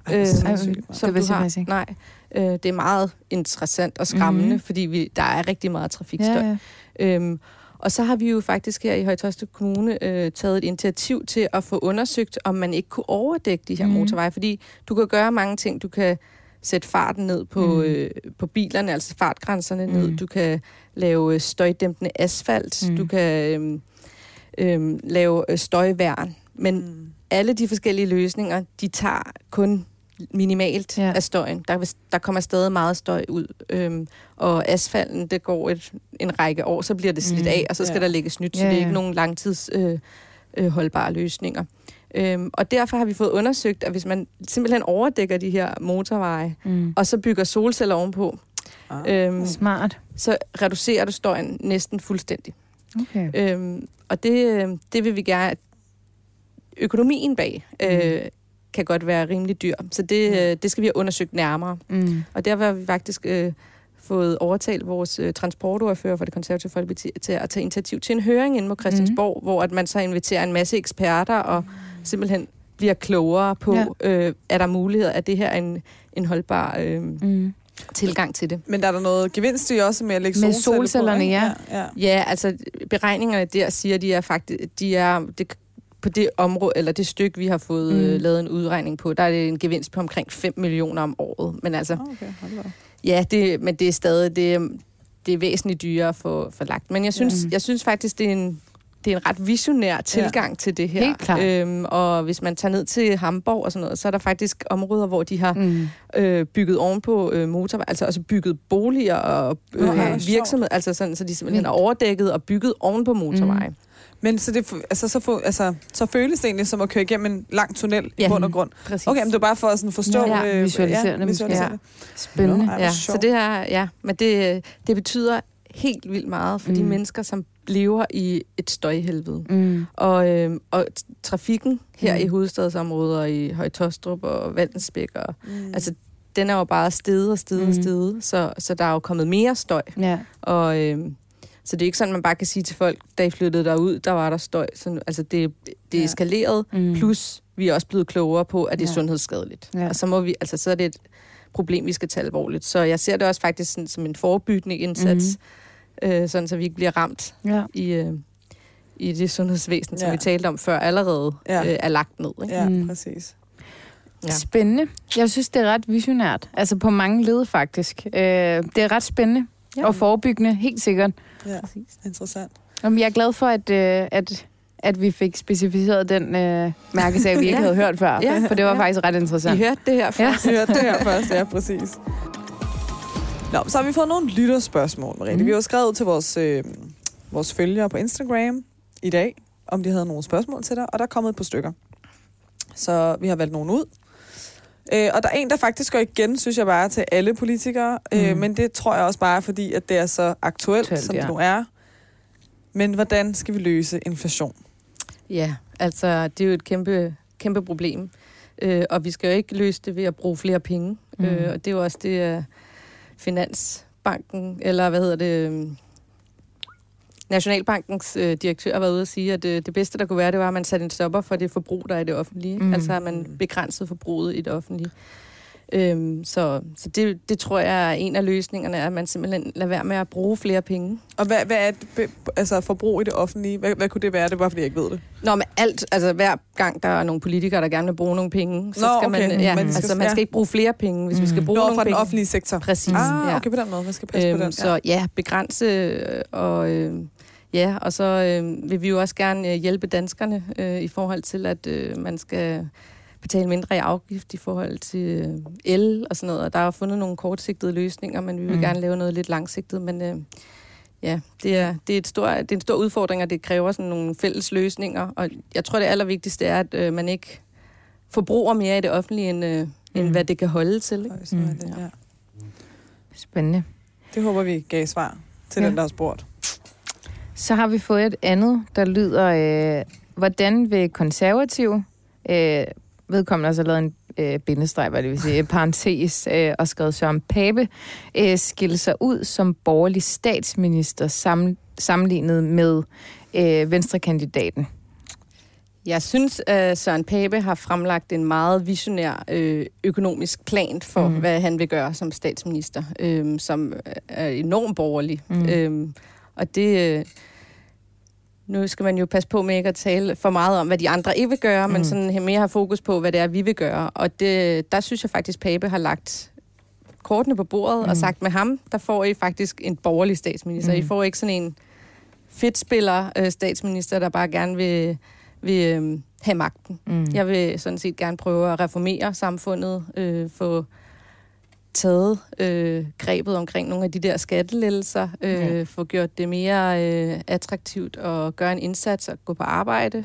som du har. Nej, det er meget interessant og skræmmende, fordi der er rigtig meget trafikstøj. Ja. Og så har vi jo faktisk her i Høje-Taastrup Kommune taget et initiativ til at få undersøgt, om man ikke kunne overdække de her motorveje. Fordi du kan gøre mange ting. Du kan sætte farten ned på bilerne, altså fartgrænserne ned. Du kan lave støjdæmpende asfalt. Du kan lave støjværn. Men alle de forskellige løsninger, de tager kun minimalt af støjen. Der kommer stadig meget støj ud. Og asfalten, det går en række år, så bliver det slidt af, og så skal der lægges nyt, så det er ikke nogen langtids holdbare løsninger. Og derfor har vi fået undersøgt, at hvis man simpelthen overdækker de her motorveje, og så bygger solceller ovenpå, smart, så reducerer du støjen næsten fuldstændig. Okay. Og det vil vi gerne. Økonomien bag kan godt være rimelig dyr, så det skal vi have undersøgt nærmere. Og derfor har vi faktisk fået overtalt vores transportordfører for Det Konservative Folkeparti til at tage initiativ til en høring inde på Christiansborg, hvor at man så inviterer en masse eksperter og simpelthen bliver klogere på, er der muligheder, at det her er en holdbar tilgang til det. Men der er der noget gevinst i også med at lægge solcellerne på? Ja, altså beregningerne der siger, de er på det område, eller det stykke, vi har fået lavet en udregning på, der er det en gevinst på omkring 5 millioner om året. Men altså, men det er stadig, det er væsentligt dyrere for lagt. Men jeg synes faktisk, det er en ret visionær tilgang til det her. Helt klart. Og hvis man tager ned til Hamborg og sådan noget, så er der faktisk områder, hvor de har bygget ovenpå motorvej, altså bygget boliger og virksomheder, altså sådan, så de simpelthen er overdækket og bygget ovenpå motorveje. Men så føles det egentlig som at køre igennem en lang tunnel i bund og grund. Præcis. Okay, men det er bare for at sådan forstå... visualisere det. Spændende. Så det her, men det betyder helt vildt meget for de mennesker, som lever i et støjhelvede. Og trafikken her i hovedstadsområdet og i Høje-Taastrup og Valdensbæk, altså den er jo bare steget, så der er jo kommet mere støj. Ja. Og så det er ikke sådan, man bare kan sige til folk, da I flyttede derud, der var der støj. Så, altså det er eskaleret, plus vi er også blevet klogere på, at det er sundhedsskadeligt. Og så må vi, så er det et problem, vi skal tage alvorligt. Så jeg ser det også faktisk sådan, som en forebyggende indsats, sådan så vi ikke bliver ramt i det sundhedsvæsen, som vi talte om før, allerede er lagt ned. Ikke? Ja, præcis. Ja. Spændende. Jeg synes, det er ret visionært. Altså på mange led faktisk. Det er ret spændende og forebyggende, helt sikkert. Ja, interessant. Jeg er glad for, at vi fik specificeret den mærkesag, vi ikke havde hørt før. For det var faktisk ret interessant. I hørte det her først. I hørte det her først, ja, præcis. Nå, så har vi fået nogle lytterspørgsmål, Marie. Vi har skrevet til vores følgere på Instagram i dag, om de havde nogle spørgsmål til dig, og der er kommet et par stykker. Så vi har valgt nogle ud. Og der er en, der faktisk går igen, synes jeg bare, til alle politikere. Men det tror jeg også bare, fordi at det er så aktuelt, som det nu er. Men hvordan skal vi løse inflation? Ja, altså det er jo et kæmpe problem. Og vi skal jo ikke løse det ved at bruge flere penge. Og det er jo også det, Finansbanken, eller Nationalbankens direktør har været ude at sige, at det bedste, der kunne være, det var, at man satte en stopper for det forbrug, der er i det offentlige. Altså at man begrænsede forbruget i det offentlige. Så det tror jeg er en af løsningerne, at man simpelthen lader være med at bruge flere penge. Og hvad er forbrug i det offentlige? Hvad kunne det være? Det er bare, fordi jeg ikke ved det. Nå, men alt, altså hver gang der er nogle politikere, der gerne vil bruge nogle penge, så skal man skal ikke bruge flere penge, hvis vi skal bruge nogle fra penge. Den offentlige sektor. Præcis. Okay, på den måde. Man skal passe på den. Så begrænse og så vil vi jo også gerne hjælpe danskerne i forhold til, at man skal betale mindre i afgift i forhold til el og sådan noget. Og der er jo fundet nogle kortsigtede løsninger, men vi vil gerne lave noget lidt langsigtet. Men det er en stor udfordring, og det kræver sådan nogle fælles løsninger. Og jeg tror, det allervigtigste er, at man ikke forbruger mere i det offentlige, end hvad det kan holde til. Ikke? Spændende. Det håber vi gav svar til den, der har spurgt. Så har vi fået et andet, der lyder, hvordan vil konservative... vedkommende har så lavet en bindestreg, hvad det vil sige, parentes, og skrevet Søren Pape, skille sig ud som borgerlig statsminister sammenlignet med Venstrekandidaten. Jeg synes, at Søren Pape har fremlagt en meget visionær økonomisk plan for, hvad han vil gøre som statsminister, som er enormt borgerlig. Og det... Nu skal man jo passe på med ikke at tale for meget om, hvad de andre ikke vil gøre, men sådan mere har fokus på, hvad det er, vi vil gøre. Og der synes jeg faktisk, Pape har lagt kortene på bordet og sagt, med ham, der får I faktisk en borgerlig statsminister. I får ikke sådan en fedtspiller statsminister, der bare gerne vil have magten. Jeg vil sådan set gerne prøve at reformere samfundet, få taget grebet omkring nogle af de der skattelettelser, få gjort det mere attraktivt at gøre en indsats og gå på arbejde,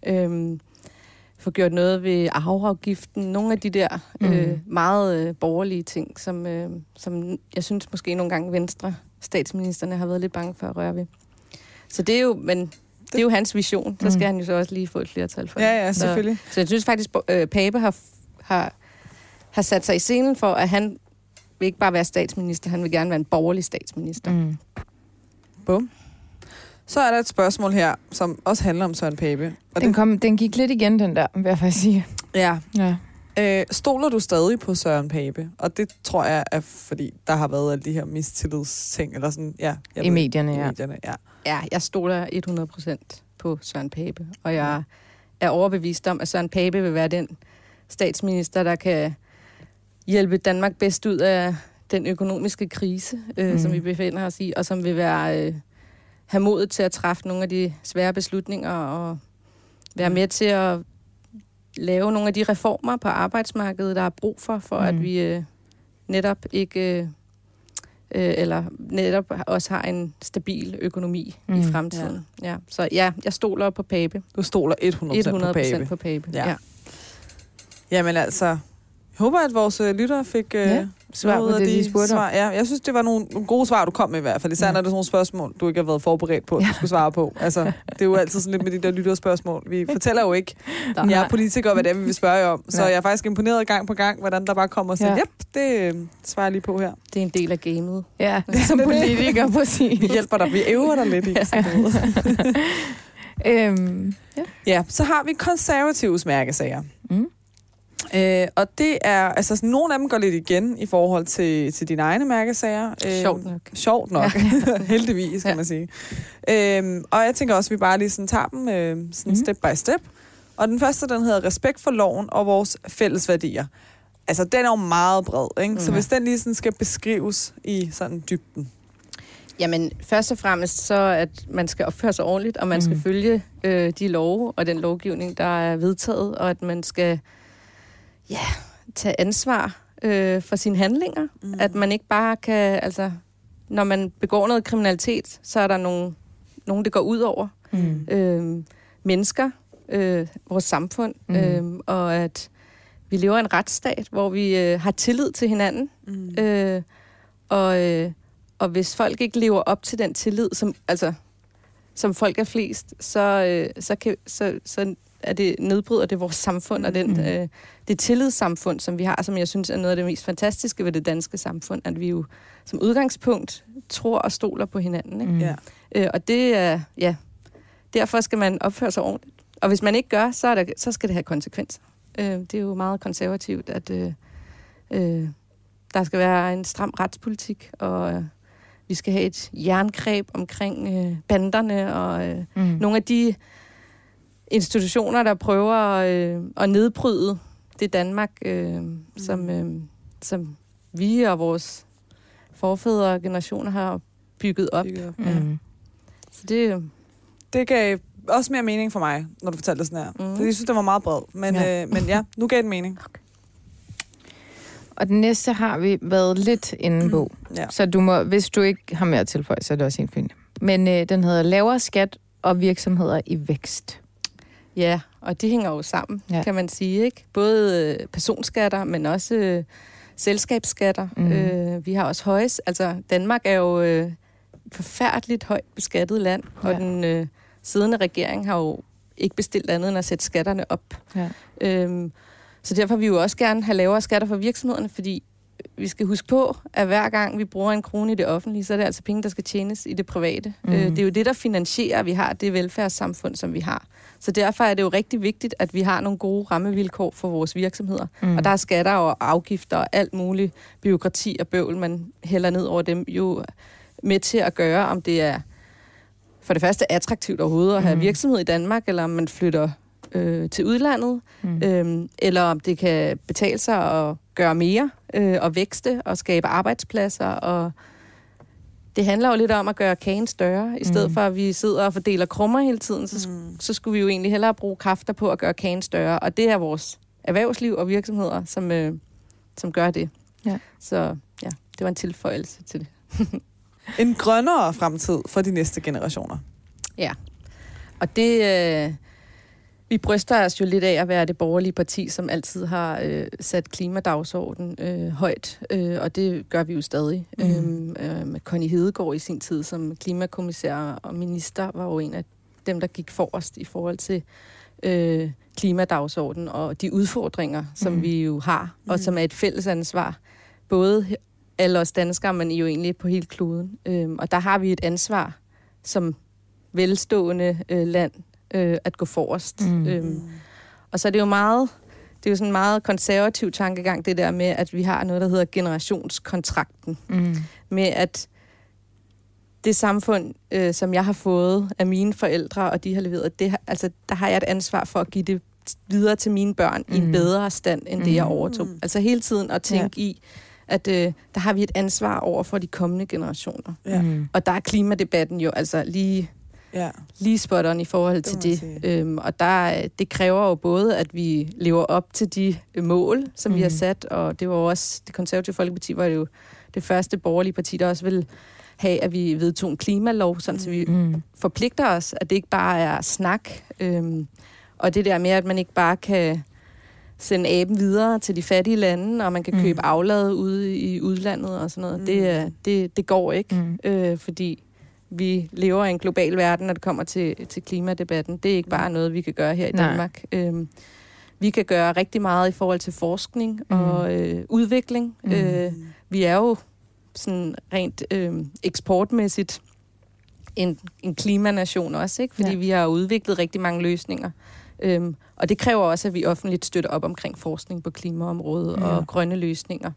få gjort noget ved arveafgiften, nogle af de der meget borgerlige ting, som jeg synes måske nogle gange Venstre statsministerne har været lidt bange for at røre ved. Så det er jo, men det er jo hans vision, så skal han jo så også lige få et flertal for det. Ja, selvfølgelig. Så jeg synes faktisk, Pape har sat sig i scenen for, at han vil ikke bare være statsminister, han vil gerne være en borgerlig statsminister. Bum. Så er der et spørgsmål her, som også handler om Søren Pape. Og Den gik lidt igen, den der, vil jeg faktisk sige. Ja. Stoler du stadig på Søren Pape? Og det tror jeg er, fordi der har været alle de her mistillidsting, eller sådan, I medierne, ja. Ja, jeg stoler 100% på Søren Pape, og jeg er overbevist om, at Søren Pape vil være den statsminister, der kan hjælpe Danmark bedst ud af den økonomiske krise, som vi befinder os i, og som vil have modet til at træffe nogle af de svære beslutninger, og være med til at lave nogle af de reformer på arbejdsmarkedet, der er brug for at vi netop ikke... eller netop også har en stabil økonomi i fremtiden. Ja. Så ja, jeg stoler på Pape. Du stoler 100% på Pape. Ja. Jamen altså, jeg håber, at vores lyttere fik svar på det, de spurgte. Svar. Ja, jeg synes, det var nogle gode svar, du kom med i hvert fald. Især når det er sådan nogle spørgsmål, du ikke har været forberedt på, at du skulle svare på. Altså, det er jo altid sådan lidt med de der lytterspørgsmål. Vi fortæller jo ikke jer politikere, hvad det er, vi vil spørge jer om. Så jeg er faktisk imponeret gang på gang, hvordan der bare kommer og siger, det svarer jeg lige på her. Det er en del af gamet. Ja, det er som politiker på sig. Vi hjælper dig, vi øver dig lidt i. Ja, så har vi konservatives mærkesager. Og det er, altså sådan, nogle af dem går lidt igen i forhold til dine egne mærkesager. Sjovt nok. Heldigvis, kan man sige. Og jeg tænker også, at vi bare lige sådan tager dem sådan step by step. Og den første, den hedder respekt for loven og vores fælles værdier. Altså, den er jo meget bred, ikke? Så hvis den lige sådan skal beskrives i sådan dybden. Jamen, først og fremmest så, at man skal opføre sig ordentligt, og man skal følge de love og den lovgivning, der er vedtaget, og at man skal tage ansvar for sine handlinger. At man ikke bare kan, altså, når man begår noget kriminalitet, så er der nogen det går ud over. Mennesker, vores samfund, og at vi lever i en retsstat, hvor vi har tillid til hinanden. Og hvis folk ikke lever op til den tillid, som folk er flest, så er det nedbryder det vores samfund, og det tillidssamfund, som vi har, som jeg synes er noget af det mest fantastiske ved det danske samfund, at vi jo som udgangspunkt tror og stoler på hinanden. Ikke? Og det er, derfor skal man opføre sig ordentligt. Og hvis man ikke gør, så skal det have konsekvenser. Det er jo meget konservativt, at der skal være en stram retspolitik, og vi skal have et jerngreb omkring banderne, og nogle af de institutioner, der prøver at nedbryde det Danmark, som vi og vores forfædre og generationer har bygget op. Så det gav også mere mening for mig, når du fortalte sådan her. Jeg synes, det var meget bred. Men ja, nu gav det mening. Okay. Og den næste har vi været lidt inde på. Så du må, hvis du ikke har mere at tilføje, så er det også helt fint. Men den hedder lavere skat og virksomheder i vækst. Ja, og det hænger jo sammen, kan man sige, ikke? Både personskatter, men også selskabsskatter. Vi har også højst. Altså, Danmark er jo forfærdeligt højt beskattet land, og den siddende regering har jo ikke bestilt andet end at sætte skatterne op. Så derfor vil vi jo også gerne have lavere skatter for virksomhederne, fordi vi skal huske på, at hver gang vi bruger en krone i det offentlige, så er det altså penge, der skal tjenes i det private. Det er jo det, der finansierer, at vi har det velfærdssamfund, som vi har. Så derfor er det jo rigtig vigtigt, at vi har nogle gode rammevilkår for vores virksomheder. Og der er skatter og afgifter og alt muligt bureaukrati og bøvl, man hælder ned over dem, jo med til at gøre, om det er for det første attraktivt overhovedet at have virksomhed i Danmark, eller om man flytter til udlandet, eller om det kan betale sig at gøre mere og vækste og skabe arbejdspladser. Og det handler jo lidt om at gøre kagen større, i stedet for at vi sidder og fordeler krummer hele tiden, så skulle vi jo egentlig hellere bruge kræfter på at gøre kagen større. Og det er vores erhvervsliv og virksomheder, som gør det. Ja. Så ja, det var en tilføjelse til det. En grønnere fremtid for de næste generationer. Ja, og det... Vi bryster os jo lidt af at være det borgerlige parti, som altid har sat klimadagsordenen højt, og det gør vi jo stadig. Med Connie Hedegaard i sin tid som klimakommissær og minister var jo en af dem, der gik forrest i forhold til klimadagsordenen og de udfordringer, som vi jo har, og som er et fælles ansvar, både alle os danskere, men jo egentlig på hele kloden. Og der har vi et ansvar som velstående land, at gå forrest. Og så er det jo sådan en meget konservativ tankegang, det der med, at vi har noget, der hedder generationskontrakten. Med at det samfund, som jeg har fået af mine forældre, og de har leveret, der har jeg et ansvar for at give det videre til mine børn i en bedre stand, end det jeg overtog. Altså hele tiden at tænke i, at der har vi et ansvar over for de kommende generationer. Og der er klimadebatten jo altså lige spot on i forhold til det. Og det kræver jo både, at vi lever op til de mål, som vi har sat, og det var også, det konservative Folkeparti var jo det første borgerlige parti, der også vil have, at vi vedtog en klimalov, sådan så vi forpligter os, at det ikke bare er snak. Og det der med, at man ikke bare kan sende aben videre til de fattige lande, og man kan købe aflad ude i udlandet og sådan noget. Det går ikke, fordi vi lever i en global verden, når det kommer til klimadebatten. Det er ikke bare noget, vi kan gøre her i Danmark. Vi kan gøre rigtig meget i forhold til forskning og udvikling. Vi er jo sådan rent eksportmæssigt en klimanation også, ikke? Fordi vi har udviklet rigtig mange løsninger. Og det kræver også, at vi offentligt støtter op omkring forskning på klimaområdet og grønne løsninger.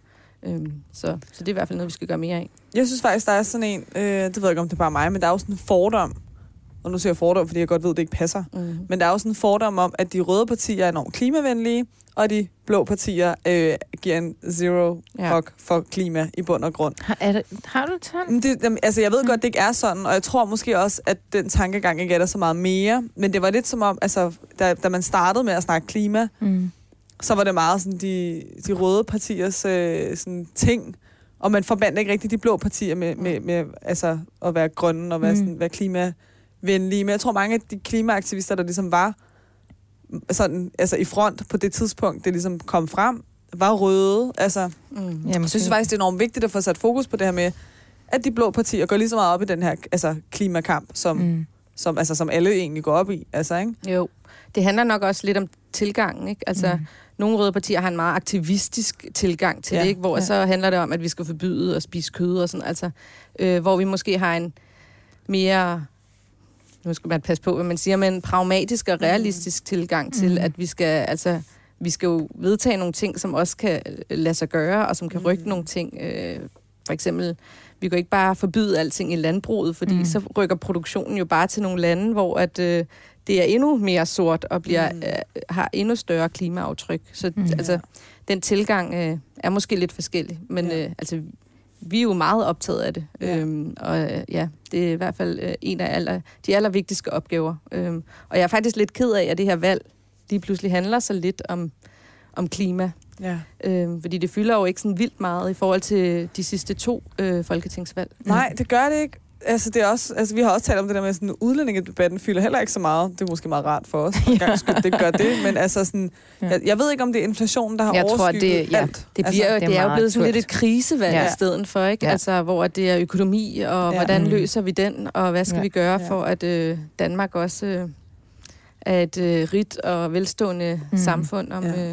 Så det er i hvert fald noget, vi skal gøre mere af. Jeg synes faktisk, der er sådan en, det ved jeg ikke, om det er bare mig, men der er jo sådan en fordom, og nu siger jeg fordom, fordi jeg godt ved, at det ikke passer, men der er jo sådan en fordom om, at de røde partier er enormt klimavenlige, og de blå partier giver en zero fuck for klima i bund og grund. Har du sådan? Altså, jeg ved godt, det ikke er sådan, og jeg tror måske også, at den tankegang ikke er der så meget mere, men det var lidt som om, altså, da man startede med at snakke klima, så var det meget sådan de røde partiers sådan ting, og man forbandt ikke rigtig de blå partier med altså, at være grønne og være klimavenlige. Men jeg tror, mange af de klimaaktivister, der ligesom var sådan, altså i front på det tidspunkt, det ligesom kom frem, var røde. Altså, jeg synes faktisk, det er enormt vigtigt at få sat fokus på det her med, at de blå partier går lige så meget op i den her klimakamp, som alle egentlig går op i. Altså, ikke? Jo, det handler nok også lidt om tilgangen, ikke? Altså, nogle røde partier har en meget aktivistisk tilgang til det, ikke? Hvor så handler det om, at vi skal forbyde at spise kød og sådan, altså, hvor vi måske har en mere, nu skal man passe på, hvad man siger, men en pragmatisk og realistisk tilgang til, at vi skal jo vedtage nogle ting, som også kan lade sig gøre, og som kan rykke nogle ting. For eksempel, vi kan ikke bare forbyde alting i landbruget, fordi så rykker produktionen jo bare til nogle lande, hvor at det er endnu mere sort og har endnu større klimaaftryk. Så altså, den tilgang er måske lidt forskellig, men altså, vi er jo meget optaget af det. Det er i hvert fald en af de allervigtigste opgaver. Og jeg er faktisk lidt ked af, at det her valg lige pludselig handler så lidt om klima. Ja. Fordi det fylder jo ikke sådan vildt meget i forhold til de sidste 2 folketingsvalg. Nej, det gør det ikke. Altså, det er også, altså, vi har også talt om det der med, sådan udlændingedebatten fylder heller ikke så meget. Det er måske meget rart for os, for gang skyld, det gør det. Men altså, sådan, jeg ved ikke, om det er inflationen, der har overskygget alt. Det er jo blevet sådan lidt et krisevalg i stedet for, ikke? Altså, hvor det er økonomi, og hvordan løser vi den, og hvad skal vi gøre for, at Danmark også er et rigt og velstående samfund om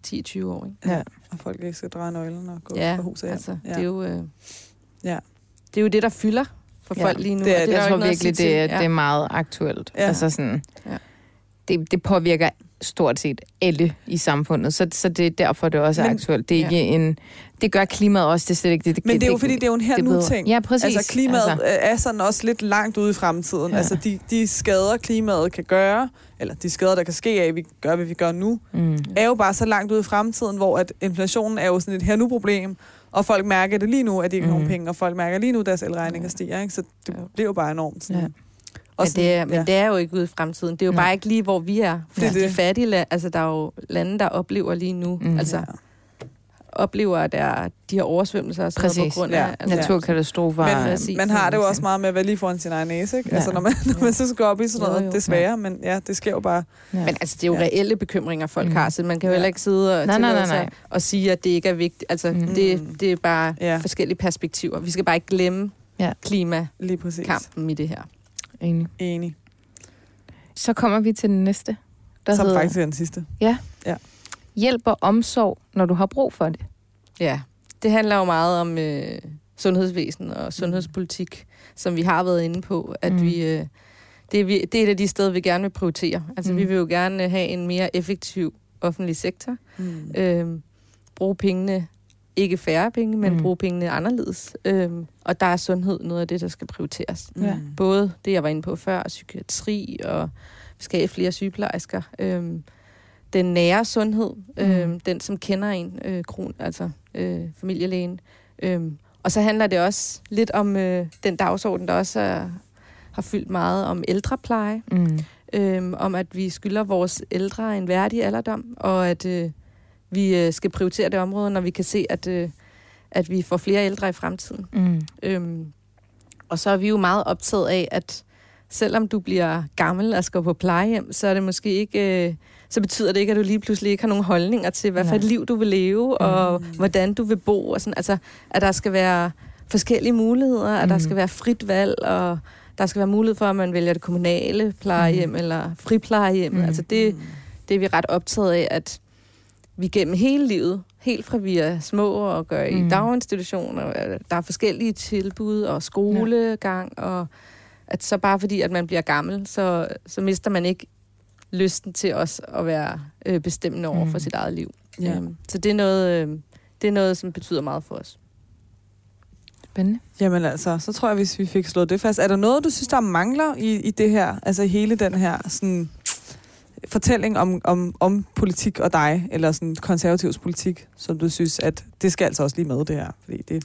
10-20 år. Ikke? Ja, og folk ikke skal dreje nøglen og gå fra huset. Altså, det er jo... Det er jo det, der fylder for folk lige nu. Jeg tror virkelig, det er meget aktuelt. Ja. Altså sådan, det påvirker stort set alle i samfundet, så det er derfor, det også er aktuelt. Det er ikke det gør klimaet også, det er slet ikke det. Men det er jo fordi, det er jo en her nu-ting. Ja, præcis. Altså klimaet er sådan også lidt langt ude i fremtiden. Ja. Altså de skader, klimaet kan gøre, eller de skader, der kan ske af, at vi gør, hvad vi gør nu, er jo bare så langt ude i fremtiden, hvor at inflationen er jo sådan et her nu-problem, og folk mærker det lige nu, at de ikke har nogen penge, og folk mærker lige nu, at deres elregninger stiger. Ikke? Så det bliver jo bare enormt. Sådan. Ja. Men det er jo ikke ude i fremtiden. Det er jo bare ikke lige, hvor vi er. Fordi de fattige lande, altså der er jo lande, der oplever lige nu, oplever, at de her oversvømmelser og sådan noget på grund af naturkatastrofer. Men man har det jo også meget med at være lige foran sin egen næse, ikke? Ja. Altså når man så skal op i sådan noget, desværre, men det sker jo bare. Ja. Men altså, det er jo reelle bekymringer, folk har, så man kan jo heller ikke sidde og sige, at det ikke er vigtigt. Altså, det er bare forskellige perspektiver. Vi skal bare ikke glemme klimakampen i det her. Enig. Så kommer vi til den næste. Som faktisk er den sidste. Ja. Hjælp og omsorg, når du har brug for det. Ja, det handler jo meget om sundhedsvæsen og sundhedspolitik, som vi har været inde på, at det er et af de steder, vi gerne vil prioritere. Altså, vi vil jo gerne have en mere effektiv offentlig sektor. Bruge pengene, ikke færre penge, men bruge pengene anderledes. Og der er sundhed noget af det, der skal prioriteres. Både det, jeg var inde på før, psykiatri, og vi skal have flere sygeplejersker. Den nære sundhed, den som kender en, familielægen. Og så handler det også lidt om den dagsorden, der også har fyldt meget om ældrepleje. Om at vi skylder vores ældre en værdig alderdom, og at vi skal prioritere det område, når vi kan se, at vi får flere ældre i fremtiden. Og så er vi jo meget optaget af, at selvom du bliver gammel og skal på plejehjem, så er det måske ikke... så betyder det ikke, at du lige pludselig ikke har nogen holdninger til, hvad for et liv du vil leve, og hvordan du vil bo. Og sådan. Altså, at der skal være forskellige muligheder, at der skal være frit valg, og der skal være mulighed for, at man vælger det kommunale plejehjem eller friplejehjem. Altså det er vi ret optaget af, at vi gennem hele livet, helt fra vi er små og gør i daginstitutioner, der er forskellige tilbud og skolegang, og at så bare fordi, at man bliver gammel, så mister man ikke lysten til os at være bestemmende over for sit eget liv. Ja. Så det er noget, som betyder meget for os. Spændende. Jamen altså, så tror jeg, hvis vi fik slået det fast. Er der noget, du synes, der mangler i det her? Altså hele den her sådan, fortælling om politik og dig, eller sådan konservativs politik, som du synes, at det skal altså også lige med det her? Fordi det...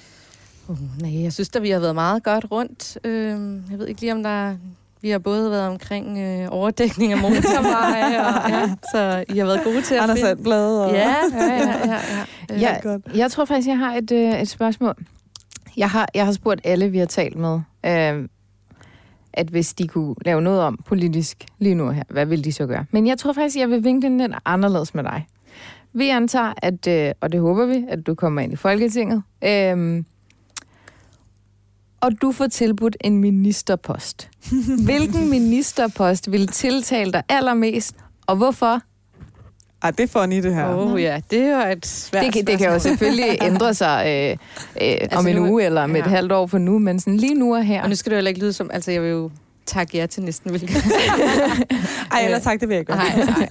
Nej, jeg synes, at vi har været meget godt rundt. Jeg ved ikke lige, om der... Vi har både været omkring overdækning af motorveje, så I har været gode til at Anders Sandblad og... Ja. Jeg tror faktisk, jeg har et spørgsmål. Jeg har spurgt alle, vi har talt med, at hvis de kunne lave noget om politisk lige nu her, hvad ville de så gøre? Men jeg tror faktisk, jeg vil vinkle den lidt anderledes med dig. Vi antager, at, og det håber vi, at du kommer ind i Folketinget, og du får tilbudt en ministerpost. Hvilken ministerpost vil tiltale dig allermest, og hvorfor? Det er funny, det her. Ja, det er jo et svært det kan jo selvfølgelig ændre sig om en uge eller om et halvt år for nu, men sådan lige nu og her. Og nu skal det jo ikke lyde som, altså jeg vil jo takke jer til næsten hvilken. Eller tak, det vil jeg godt.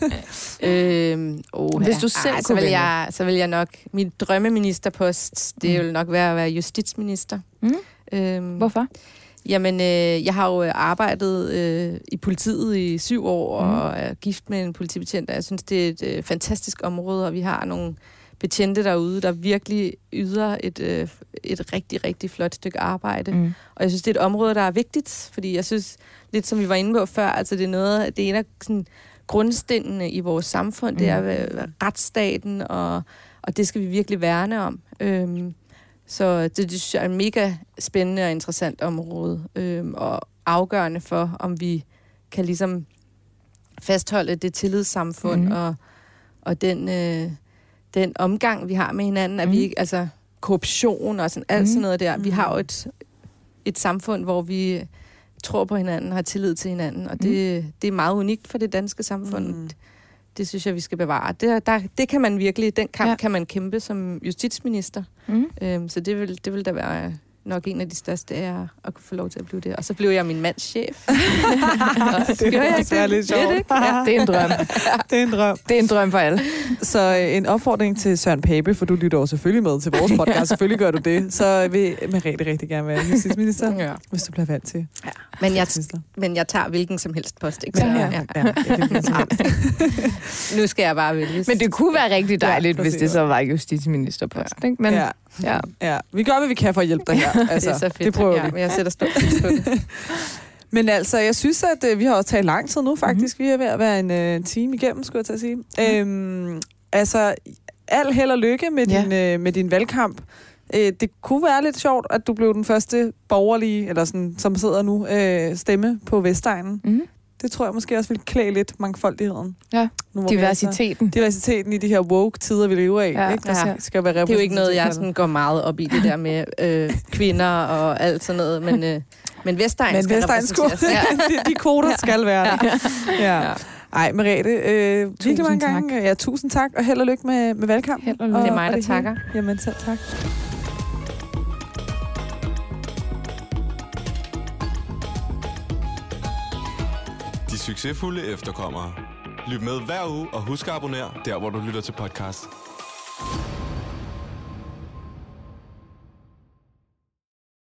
Hvis du selv så vil jeg nok, min drømmeministerpost, det vil nok være at være justitsminister. Hvorfor? Jamen, jeg har jo arbejdet i politiet i 7 år, og er gift med en politibetjent, og jeg synes, det er et fantastisk område, og vi har nogle betjente derude, der virkelig yder et rigtig, rigtig flot stykke arbejde. Og jeg synes, det er et område, der er vigtigt, fordi jeg synes, lidt som vi var inde på før, altså det er en af sådan, grundstenene i vores samfund, det er retsstaten, og det skal vi virkelig værne om. Så det synes jeg er et mega spændende og interessant område, og afgørende for, om vi kan ligesom fastholde det tillidssamfund og den omgang, vi har med hinanden, at vi ikke, altså korruption og sådan, alt sådan noget der. Vi har jo et samfund, hvor vi tror på hinanden, har tillid til hinanden, og det er meget unikt for det danske samfund. det synes jeg, vi skal bevare. Det kan man virkelig, den kamp kan man kæmpe som justitsminister. Så det vil da være nok en af de største ærer at kunne få lov til at blive det. Og så blev jeg min mands chef. Det er særligt sjovt. Ja, det er en drøm. Det er en drøm. Det er en drøm for alle. Så en opfordring til Søren Pape, for du lytter jo selvfølgelig med til vores podcast. Selvfølgelig gør du det. Så vil Merete rigtig gerne være justitsminister, hvis du bliver valgt til. Ja. Men jeg tager hvilken som helst post. Ikke? Ja. Nu skal jeg bare vælge. Men det kunne være rigtig dejligt, hvis det så var justitsministerpost. Ja. Ikke? Men, ja. Vi gør, hvad vi kan for at hjælpe dig her. Altså, det er så fedt. Det prøver vi. Men jeg sætter stort på det. Men altså, jeg synes, at vi har også talt lang tid nu, faktisk. Vi er ved at være en time igennem, skulle jeg til at sige. Altså, al held og lykke med din valgkamp. Det kunne være lidt sjovt, at du blev den første borgerlige, eller sådan, som sidder nu, stemme på Vestegnen. Det tror jeg måske også vil klæde lidt mangfoldigheden. Ja, diversiteten i de her woke-tider, vi lever af. Ja, ikke? Der skal være det er jo ikke noget, jeg sådan går meget op i, det der med kvinder og alt sådan noget, men Vestegnen skal repræsenteres. De kvoter skal være der. Ja. Ej, Merete, virkelig mange gange. Ja, tusind tak, og held og lykke med valgkampen. Det er mig, der takker. Jamen, selv tak. De succesfulde efterkommere. Lyt med hver uge, og husk at abonnere der, hvor du lytter til podcast.